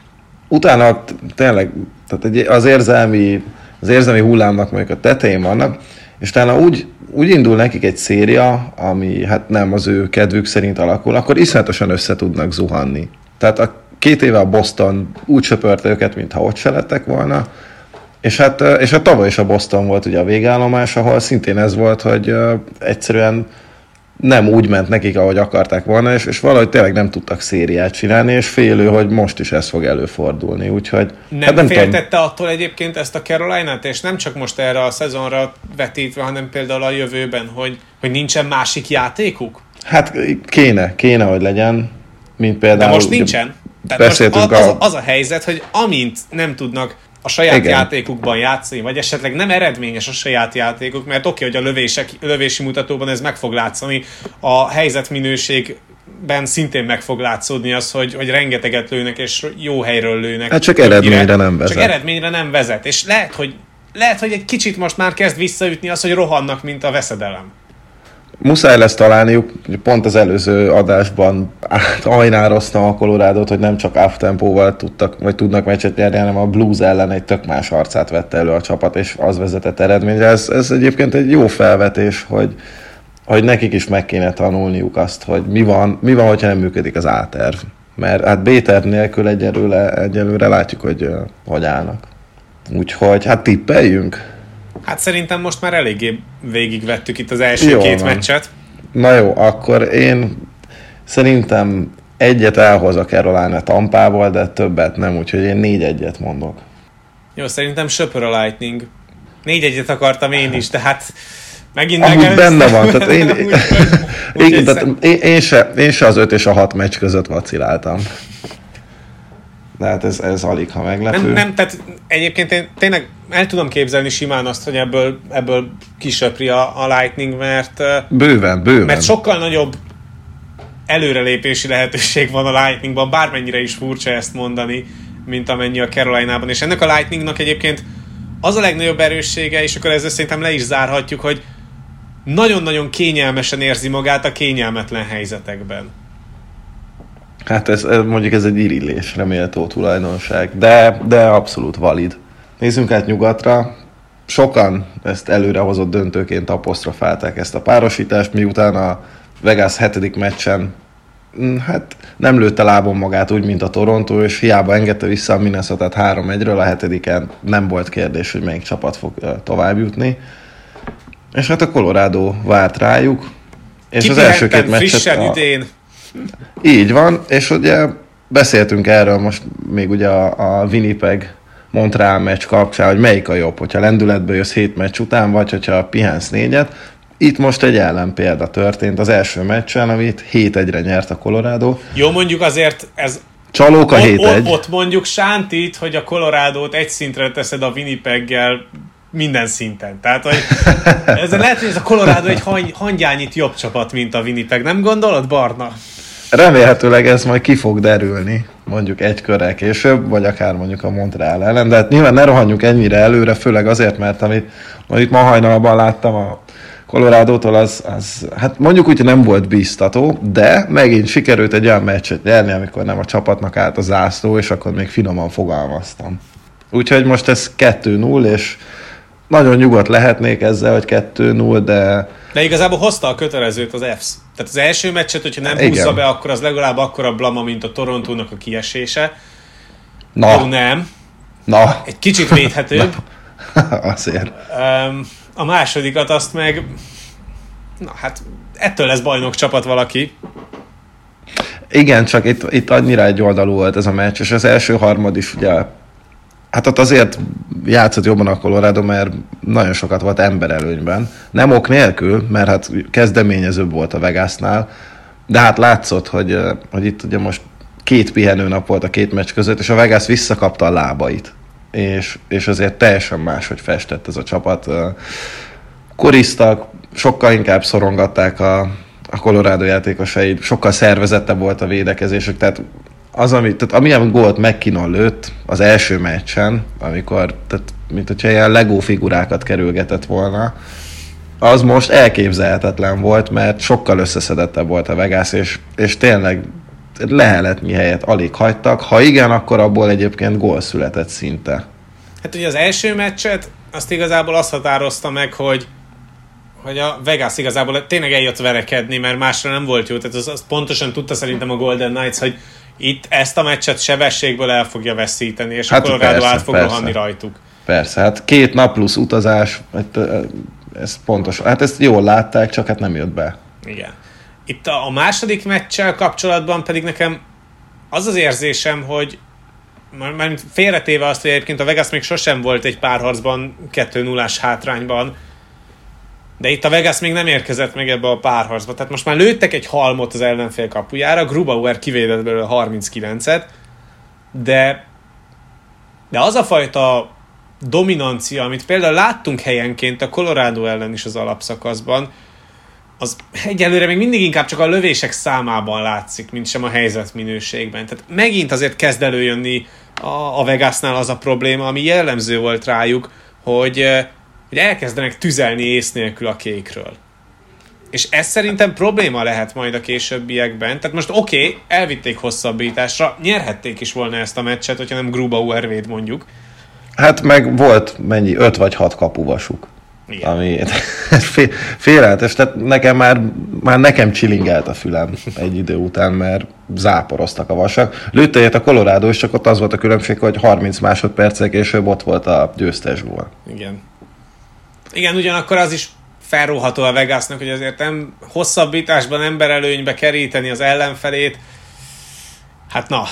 utána tényleg tehát az, érzelmi, az érzelmi hullámnak mondjuk a tetején vannak, és utána úgy, úgy indul nekik egy széria, ami hát nem az ő kedvük szerint alakul, akkor iszonyatosan össze tudnak zuhanni. Tehát a két éve a Boston úgy söpörte őket, mintha ott se lettek volna, És hát, és hát tavaly is a Boston volt ugye a végállomás, ahol szintén ez volt, hogy uh, egyszerűen nem úgy ment nekik, ahogy akarták volna, és, és valahogy tényleg nem tudtak szériát csinálni, és félő, hogy most is ez fog előfordulni, úgyhogy... Nem, hát nem féltette tudom. attól egyébként ezt a Carolinát, és nem csak most erre a szezonra vetítve, hanem például a jövőben, hogy, hogy nincsen másik játékuk? Hát kéne, kéne, hogy legyen, mint például... De most nincsen. Tehát most az, a... az, az a helyzet, hogy amint nem tudnak a saját Igen. játékukban játszani, vagy esetleg nem eredményes a saját játékuk, mert oké, okay, hogy a lövések, lövési mutatóban ez meg fog látszani, a helyzetminőségben szintén meg fog látszódni az, hogy, hogy rengeteget lőnek, és jó helyről lőnek. Hát csak eredményre nem vezet. Csak eredményre nem vezet, és lehet, hogy, lehet, hogy egy kicsit most már kezd visszaütni az, hogy rohannak, mint a veszedelem. Muszáj lesz találniuk, pont az előző adásban ajnároztam a Colorado-t, hogy nem csak up-tempóval tudtak, vagy tudnak meccset nyerni, hanem a Blues ellen egy tök más arcát vette elő a csapat, és az vezetett eredményre. Ez, ez egyébként egy jó felvetés, hogy, hogy nekik is meg kéne tanulniuk azt, hogy mi van, mi van, hogyha nem működik az A-terv. Mert hát B-terv nélkül egyelőre, egyelőre látjuk, hogy hogy állnak. Úgyhogy hát tippeljünk. Hát szerintem most már eléggé végigvettük itt az első jó, két van. meccset. Na jó, akkor én szerintem egyet elhoz a Carolina Tampával, de többet nem, úgyhogy én négy egyet mondok. Jó, szerintem söpör a Lightning. Négy egyet akartam én is, de hát megint Amúgy megelőztem. benne van, tehát én, úgy, én, úgy tehát én, én, se, én se az öt és a hat meccs között vaciláltam. De hát ez, ez alig, ha meglepő. Nem, nem, tehát egyébként én tényleg el tudom képzelni simán azt, hogy ebből, ebből kisöpri a, a Lightning, mert, Bőven, bőven. mert sokkal nagyobb előrelépési lehetőség van a Lightningban, bármennyire is furcsa ezt mondani, mint amennyi a Carolinában. És ennek a Lightningnak egyébként az a legnagyobb erőssége, és akkor ezzel szerintem le is zárhatjuk, hogy nagyon-nagyon kényelmesen érzi magát a kényelmetlen helyzetekben. Hát ez, ez mondjuk ez egy irillésre méltó tulajdonság, de, de abszolút valid. Nézzünk át nyugatra. Sokan ezt előrehozott döntőként apostrofálták ezt a párosítást, miután a Vegas hetedik meccsen hát nem lőtte lábon magát úgy, mint a Toronto, és hiába engedte vissza a Minnesotát három egyről, a hetediken nem volt kérdés, hogy melyik csapat fog tovább jutni. És hát a Colorado várt rájuk. És az első két meccset... frissen a... idén. Így van, és ugye beszéltünk erről most még ugye a, a Winnipeg Montreal meccs kapcsán, hogy melyik a jobb, hogyha lendületből jössz hét meccs után, vagy hogyha pihensz négyet. Itt most egy ellenpélda történt az első meccsen, amit hét egyre nyert a Colorado. Jó, mondjuk azért ez... Csalók a hét egy. Ott mondjuk sántít, hogy a Colorado-t egy szintre teszed a Winnipeggel minden szinten. Tehát, hogy ez lehet, hogy ez a Colorado egy hang, hangyányit jobb csapat, mint a Winnipeg. Nem gondolod, Barna? Remélhetőleg ez majd ki fog derülni, mondjuk egy körrel később, vagy akár mondjuk a Montreal ellen, de hát nyilván ne rohanjuk ennyire előre, főleg azért, mert amit, amit ma hajnalban láttam a Colorado-tól, az, az hát mondjuk úgy, hogy nem volt bíztató, de megint sikerült egy olyan meccset nyerni, amikor nem a csapatnak állt a zászló, és akkor még finoman fogalmaztam. Úgyhogy most ez kettő null, és nagyon nyugodt lehetnék ezzel, hogy kettő null, de... De igazából hozta a kötelezőt az Efes. Tehát az első meccset, hogyha nem húzza Igen. be, akkor az legalább akkora blama, mint a Torontónak a kiesése. Na, Jó, nem. na. Egy kicsit védhetőbb. Azért. Um, a másodikat azt meg... Na hát, ettől lesz bajnok csapat valaki. Igen, csak itt, itt annyira egy oldalú volt ez a meccs, és az első harmad is ugye, hát ott azért játszott jobban a Colorado, mert nagyon sokat volt emberelőnyben. Nem ok nélkül, mert hát kezdeményezőbb volt a Vegasnál, de hát látszott, hogy, hogy itt ugye most két pihenőnap volt a két meccs között, és a Vegas visszakapta a lábait. És, és azért teljesen máshogy festett ez a csapat. Koriztak, sokkal inkább szorongatták a, a Colorado játékosai, sokkal szervezettebb volt a védekezésük, tehát az, ami, tehát amilyen gólt McKinnon lőtt az első meccsen, amikor, tehát, mint hogyha ilyen Lego figurákat kerülgetett volna, az most elképzelhetetlen volt, mert sokkal összeszedettebb volt a Vegas, és, és tényleg leheletnyi helyet alig hagytak. Ha igen, akkor abból egyébként gól született szinte. Hát ugye az első meccset, azt igazából azt határozta meg, hogy hogy a Vegas igazából tényleg eljött verekedni, mert másra nem volt jó. Tehát az, az pontosan tudta szerintem a Golden Knights, hogy itt ezt a meccset sebességből el fogja veszíteni, és hát a Colorado persze, át fog persze. rohanni rajtuk. Persze, hát két nap plusz utazás, ez pontos. Hát ezt jól látták, csak hát nem jött be. Igen. Itt a, a második meccsel kapcsolatban pedig nekem az az érzésem, hogy már félretéve azt, hogy egyébként a Vegas még sosem volt egy párharcban kettő nullás hátrányban, de itt a Vegas még nem érkezett meg ebbe a párharcba. Tehát most már lőttek egy halmot az ellenfél kapujára, Grubauer kivédett belőle harminckilencet, de, de az a fajta dominancia, amit például láttunk helyenként a Colorado ellen is az alapszakaszban, az egyelőre még mindig inkább csak a lövések számában látszik, mint sem a helyzet minőségben. Tehát megint azért kezd előjönni a, a Vegasnál az a probléma, ami jellemző volt rájuk, hogy hogy elkezdenek tüzelni ész nélkül a kékről. És ez szerintem probléma lehet majd a későbbiekben. Tehát most oké, okay, elvitték hosszabbításra, nyerhették is volna ezt a meccset, hogyha nem Grubauer véd mondjuk. Hát meg volt mennyi, öt vagy hat kapuvasuk. Igen. Ami félelmetes, tehát nekem már, már nekem csilingelt a fülem egy idő után, mert záporoztak a vasak. Lőtte egyet a Colorado, és csak ott az volt a különbség, hogy harminc másodperccel később ott volt a győztes gól. Igen. Igen, ugyanakkor az is felróható a Vegasnak, hogy azért nem hosszabbításban emberelőnybe keríteni az ellenfelét. Hát na.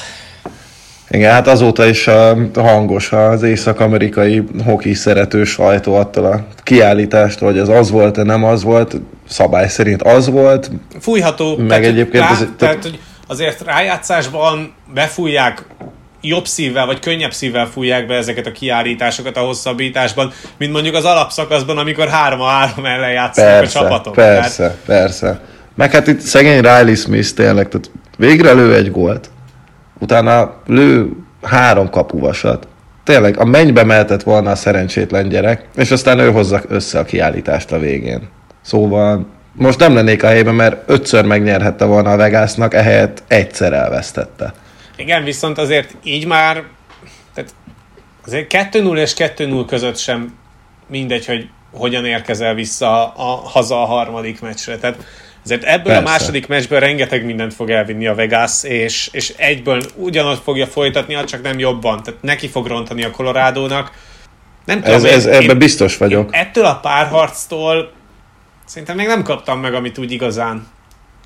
Igen, hát azóta is a hangos az észak-amerikai hoki szerető sajtó attól a kiállítást, hogy ez az volt-e, nem az volt, szabály szerint az volt. Fújható. Meg tehát, egyébként... rá, Az, tehát, tehát, hogy azért rájátszásban befújják jobb szívvel, vagy könnyebb szívvel fújják be ezeket a kiállításokat a hosszabbításban, mint mondjuk az alapszakaszban, amikor három a három ellen játszanak persze, a csapatok. Persze, tehát... persze. Meg hát itt szegény Riley Smith tényleg, tehát végre lő egy gólt, utána lő három kapuvasat. Tényleg a mennybe mehetett volna a szerencsétlen gyerek, és aztán ő hozza össze a kiállítást a végén. Szóval most nem lennék a helyben, mert ötször megnyerhette volna a Vegasnak, ehelyett egyszer elvesztette. Igen, viszont azért így már, tehát azért kettő null és kettő null között sem mindegy, hogy hogyan érkezel vissza a, a haza a harmadik meccsre. Tehát azért ebből Persze. a második meccsből rengeteg mindent fog elvinni a Vegas, és, és egyből ugyanott fogja folytatni, csak nem jobban. Tehát neki fog rontani a Colorado-nak. Nem tudom, ez, ez, én, ebben én, biztos vagyok. Én ettől a párharctól szerintem még nem kaptam meg, amit úgy igazán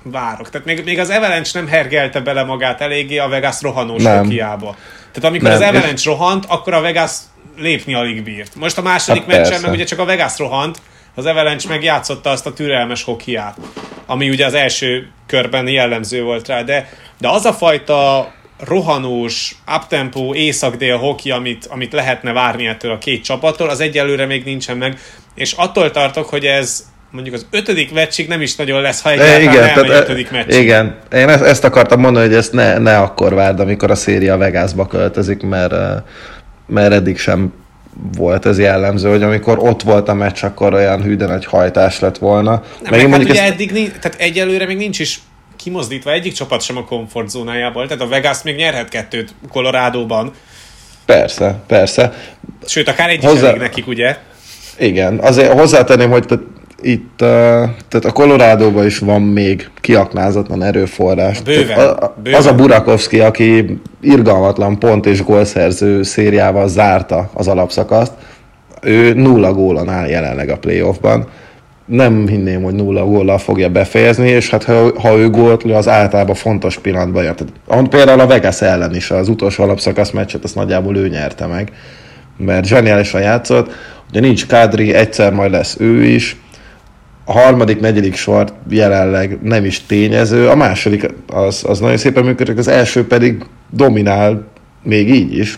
várok. Tehát még, még az Avalanche nem hergelte bele magát eléggé a Vegas rohanós hokiába. Tehát amikor nem. az Avalanche és... rohant, akkor a Vegas lépni alig bírt. Most a második hát meccsen meg ugye csak a Vegas rohant, az Avalanche meg játszotta azt a türelmes hokiát, ami ugye az első körben jellemző volt rá, de, de az a fajta rohanós, uptempo, észak-dél hoki, amit, amit lehetne várni ettől a két csapattól, az egyelőre még nincsen meg, és attól tartok, hogy ez mondjuk az ötödik meccsig nem is nagyon lesz, ha egyáltalán igen, elmegy tehát, ötödik meccsig. Igen, én ezt, ezt akartam mondani, hogy ezt ne, ne akkor várd, amikor a széria Vegasba költözik, mert, mert eddig sem volt ez jellemző, hogy amikor ott volt a meccs, akkor olyan hű, de nagy hajtás lett volna. Nem, meg hát ugye ezt... eddig, tehát egyelőre még nincs is kimozdítva egyik csapat sem a komfortzónájából, tehát a Vegas még nyerhet kettőt Colorádóban. Persze, persze. Sőt, akár egy Hozzá... is elég nekik, ugye? Igen, azért hozzátenném, hogy te, itt uh, tehát a Colorádóban is van még kiaknázatlan erőforrás. Bőven, a, a, bőven. Az a Burakovsky, aki irgalmatlan pont és gólszerző szériával zárta az alapszakaszt, ő nulla gólon áll jelenleg a playoffban. Nem hinném, hogy nulla góllal fogja befejezni, és hát ha, ha ő gólt lő, az általában fontos pillanatban jön. Tehát, például a Vegas ellen is az utolsó alapszakasz meccset, azt nagyjából ő nyerte meg, mert zseniálisan játszott. Ugye nincs Kadri, egyszer majd lesz ő is. A harmadik, negyedik sor jelenleg nem is tényező, a második az, az nagyon szépen működik, az első pedig dominál még így is,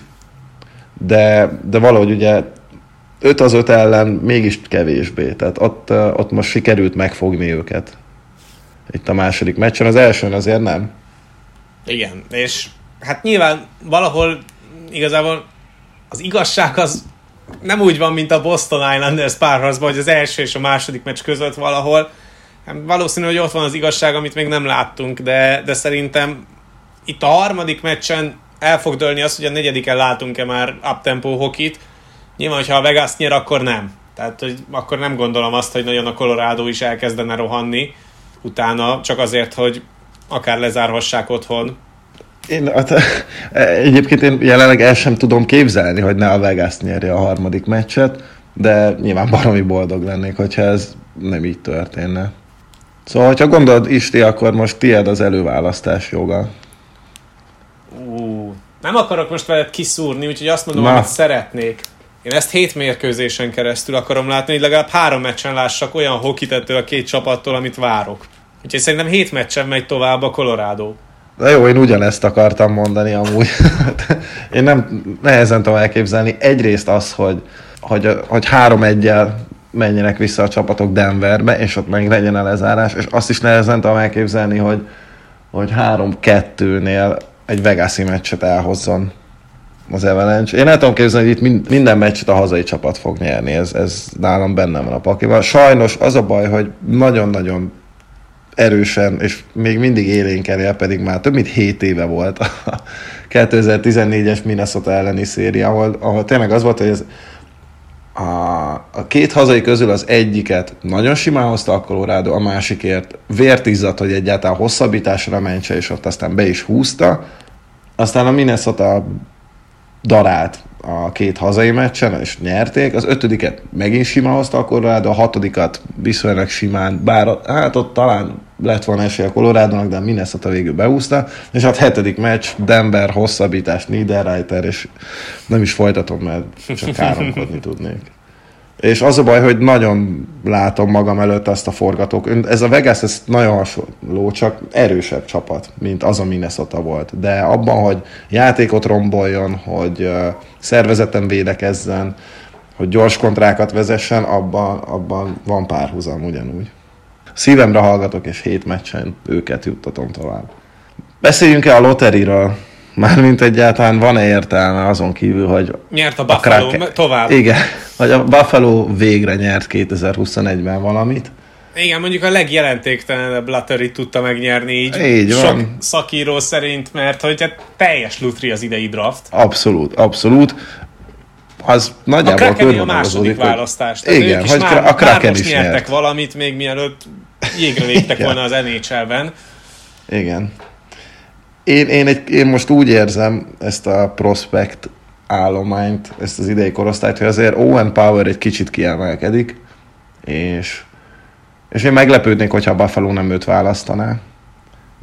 de, de valahogy ugye öt az öt ellen mégis kevésbé, tehát ott, ott most sikerült megfogni őket itt a második meccsen, az elsőn azért nem. Igen, és hát nyilván valahol igazából az igazság az nem úgy van, mint a Boston Islanders párharcban, hogy az első és a második meccs között valahol. Valószínű, hogy ott van az igazság, amit még nem láttunk, de, de szerintem itt a harmadik meccsen el fog dőlni az, hogy a negyediken látunk-e már uptempo hokit. Nyilván, hogyha a Vegas nyer, akkor nem. Tehát, hogy akkor nem gondolom azt, hogy nagyon a Colorado is elkezdene rohanni utána, csak azért, hogy akár lezárhassák otthon. Én, hát, egyébként én jelenleg el sem tudom képzelni, hogy ne a Vegas nyerje a harmadik meccset, de nyilván baromi boldog lennék, hogyha ez nem így történne. Szóval, hogyha gondolod, Isti, akkor most tiéd az előválasztás joga. Ú, nem akarok most veled kiszúrni, úgyhogy azt mondom, amit szeretnék. Én ezt hét mérkőzésen keresztül akarom látni, hogy legalább három meccsen lássak olyan hokit ettől a két csapattól, amit várok. Úgyhogy szerintem hét meccsen megy tovább a Colorado. De jó, én ugyanezt akartam mondani amúgy. Én nem nehezen tudom elképzelni. Egyrészt az, hogy, hogy, hogy három egyel menjenek vissza a csapatok Denverbe, és ott meg legyen a lezárás, és azt is nehezen tudom elképzelni, hogy, hogy három kettőnél egy Vegas-i meccset elhozzon az Avalanche. Én el tudom képzelni, hogy itt minden meccset a hazai csapat fog nyerni, ez, ez nálam bennem van a pakival. Sajnos az a baj, hogy nagyon-nagyon erősen, és még mindig élénken él, pedig már több mint hét éve volt a kétezer-tizennégyes Minnesota elleni széria, ahol, ahol tényleg az volt, hogy ez a, a két hazai közül az egyiket nagyon simán hozta a Colorado, a másikért vért izzadt, hogy egyáltalán hosszabbításra mentse, és ott aztán be is húzta. Aztán a Minnesota darált a két hazai meccsen, és nyerték. Az ötödiket megint simán hozta a Colorado, a hatodikat viszonylag simán, bár hát ott talán lett volna esély a Colorado-nak, de a Minnesota végül beúszta, és a hetedik meccs, Denver, hosszabbítás, Niederreiter, és nem is folytatom, mert csak káromkodni tudnék. És az a baj, hogy nagyon látom magam előtt azt a forgatók. Ez a Vegas, ez nagyon hasonló, csak erősebb csapat, mint az a Minnesota volt. De abban, hogy játékot romboljon, hogy szervezeten védekezzen, hogy gyors kontrákat vezessen, abban, abban van párhuzam ugyanúgy. Szívemre hallgatok, és hét meccsen őket juttatom tovább. Beszéljünk-e a loteriről? Mármint egyáltalán van-e értelme azon kívül, hogy... Nyert a Buffalo, a Kraken... tovább. Igen, hogy a Buffalo végre nyert kétezer-huszonegyben valamit. Igen, mondjuk a legjelentéktelenebb lottery tudta megnyerni így. Így sok van. szakíró szerint, mert hogy hát teljes lutri az idei draft. Abszolút, abszolút. Az nagyjából a Kraken a második választás. Hogy... Igen, ők hogy már, a Kraken már most is nyertek nyert valamit, még mielőtt jégre léptek volna az en há el-ben. Igen. Én, én, egy, én most úgy érzem ezt a prospect állományt, ezt az idei korosztályt, hogy azért Owen Power egy kicsit kiemelkedik, és, és én meglepődnék, hogyha a Buffalo nem őt választaná.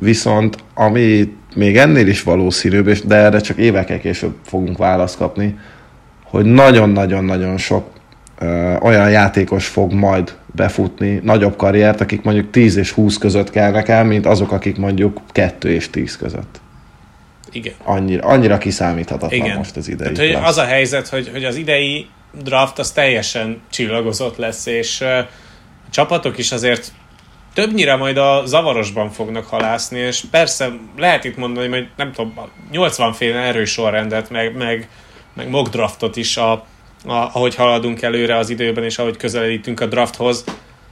Viszont ami még ennél is valószínűbb, de erre csak évekkel később fogunk választ kapni, hogy nagyon-nagyon-nagyon sok ö, olyan játékos fog majd befutni nagyobb karriert, akik mondjuk tíz és húsz között kelnek el, mint azok, akik mondjuk kettő és tíz között. Igen. Annyira, annyira kiszámíthatatlan Igen. most az idei. Tehát, hogy az a helyzet, hogy, hogy az idei draft az teljesen csillagozott lesz, és uh, a csapatok is azért többnyire majd a zavarosban fognak halászni, és persze lehet itt mondani, hogy nem tudom, nyolcvan féle erős sorrendet, meg, meg, meg mock draftot is, a, a, ahogy haladunk előre az időben, és ahogy közelítünk a drafthoz,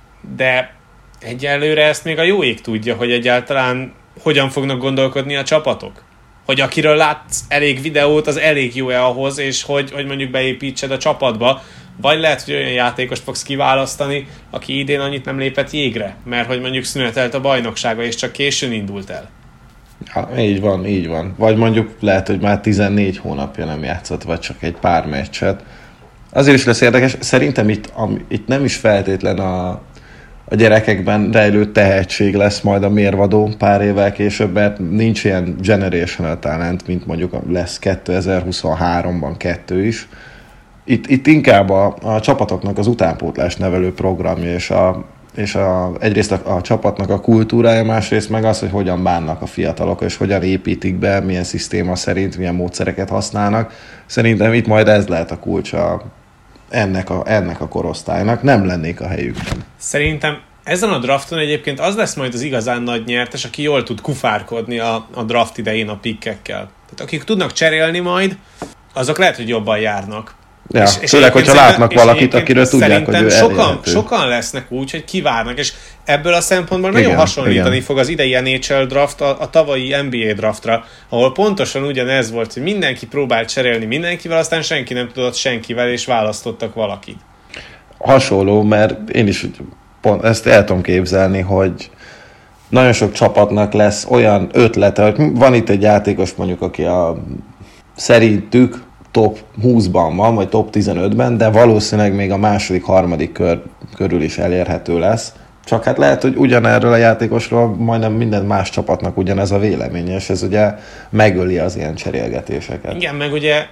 de egyelőre ezt még a jó ég tudja, hogy egyáltalán hogyan fognak gondolkodni a csapatok. Hogy akiről látsz elég videót, az elég jó-e ahhoz, és hogy, hogy mondjuk beépítsed a csapatba, vagy lehet, hogy olyan játékost fogsz kiválasztani, aki idén annyit nem lépett jégre, mert hogy mondjuk szünetelt a bajnoksága, és csak későn indult el. Ja, így van, így van. Vagy mondjuk lehet, hogy már tizennégy hónapja nem játszott, vagy csak egy pár meccset. Azért is lesz érdekes, szerintem itt, am, itt nem is feltétlen a, a gyerekekben rejlő tehetség lesz majd a mérvadó pár évvel később, mert nincs ilyen generational talent, mint mondjuk lesz kétezer-huszonháromban kettő is. Itt, itt inkább a, a csapatoknak az utánpótlás nevelő programja, és, a, és a, egyrészt a, a csapatnak a kultúrája, másrészt meg az, hogy hogyan bánnak a fiatalok, és hogyan építik be, milyen szisztéma szerint, milyen módszereket használnak. Szerintem itt majd ez lehet a kulcsa ennek a, ennek a korosztálynak, nem lennék a helyükben. Szerintem ezen a drafton egyébként az lesz majd az igazán nagy nyertes, aki jól tud kufárkodni a, a draft idején a pikkekkel. Tehát akik tudnak cserélni majd, azok lehet, hogy jobban járnak. Ja, és, és főleg, hogyha látnak valakit, akiről tudják, hogy ő sokan, elérhető. sokan lesznek úgy, hogy kivárnak, és ebből a szempontból igen, nagyon hasonlítani igen. fog az idei en há el draft a, a tavalyi en bé á draftra, ahol pontosan ugyanez volt, hogy mindenki próbált cserélni mindenkivel, aztán senki nem tudott senkivel, és választottak valakit. Hasonló, mert én is pont ezt el tudom képzelni, hogy nagyon sok csapatnak lesz olyan ötlete, hogy van itt egy játékos mondjuk, aki a szerintük top húszban van, vagy top tizenötben, de valószínűleg még a második, harmadik kör körül is elérhető lesz. Csak hát lehet, hogy ugyanerről a játékosról majdnem minden más csapatnak ugyanez a véleménye, és ez ugye megöli az ilyen cserélgetéseket. Igen, meg ugye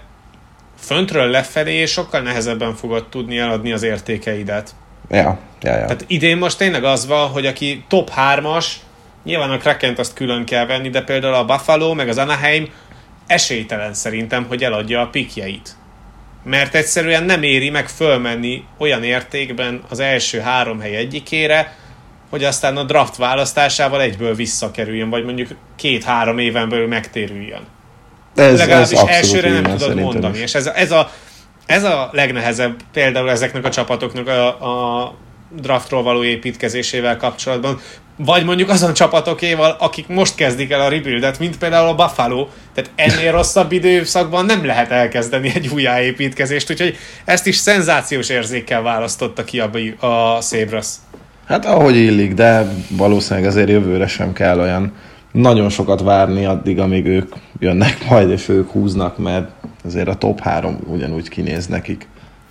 föntről lefelé sokkal nehezebben fogod tudni eladni az értékeidet. Ja, ja, ja. Tehát idén most tényleg az van, hogy aki top hármas, nyilván a Krakent azt külön kell venni, de például a Buffalo, meg az Anaheim esélytelen szerintem, hogy eladja a pikjeit. Mert egyszerűen nem éri meg fölmenni olyan értékben az első három hely egyikére, hogy aztán a draft választásával egyből visszakerüljön, vagy mondjuk két-három éven belül megtérüljön. Ez, Legalábbis ez elsőre nem tudod mondani. is. És ez, ez, a, ez a legnehezebb például ezeknek a csapatoknak a, a draftról való építkezésével kapcsolatban, vagy mondjuk azon csapatokéval, akik most kezdik el a rebuildet, mint például a Buffalo, tehát ennél rosszabb időszakban nem lehet elkezdeni egy újjáépítkezést, úgyhogy ezt is szenzációs érzékkel választotta ki a, a Sabres. Hát ahogy illik, de valószínűleg azért jövőre sem kell olyan nagyon sokat várni addig, amíg ők jönnek majd, és ők húznak, mert azért a top három ugyanúgy kinéz nekik.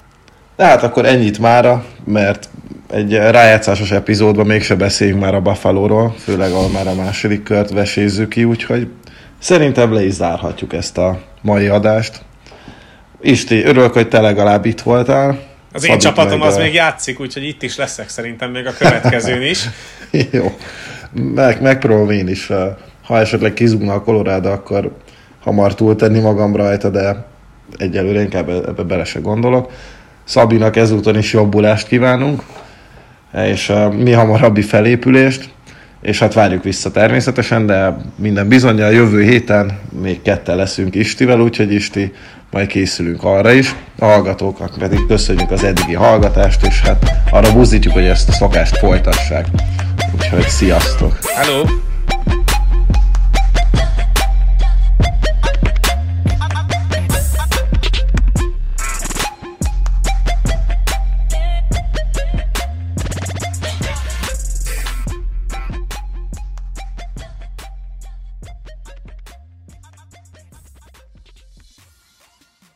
De hát akkor ennyit mára, mert egy rájátszásos epizódban mégse beszéljünk már a Buffalo-ról, főleg ahol már a második kört vesézzük ki, úgyhogy szerintem le is zárhatjuk ezt a mai adást. Isti, örülök, hogy te legalább itt voltál. Az én csapatom az a... még játszik, úgyhogy itt is leszek szerintem még a következőn is. Jó, Meg, megpróbálom én is. Ha esetleg kizugna a Colorado, akkor hamar túltenni magam rajta, de egyelőre inkább ebbe bele se gondolok. Szabinak ezúton is jobbulást kívánunk, és uh, mi hamarabbi felépülést, és hát várjuk vissza természetesen, de minden bizonnyal jövő héten még ketten leszünk Istivel, úgyhogy Isti, majd készülünk arra is. A hallgatóknak pedig köszönjük az eddigi hallgatást, és hát arra buzdítjuk, hogy ezt a szokást folytassák. Úgyhogy sziasztok! Hello!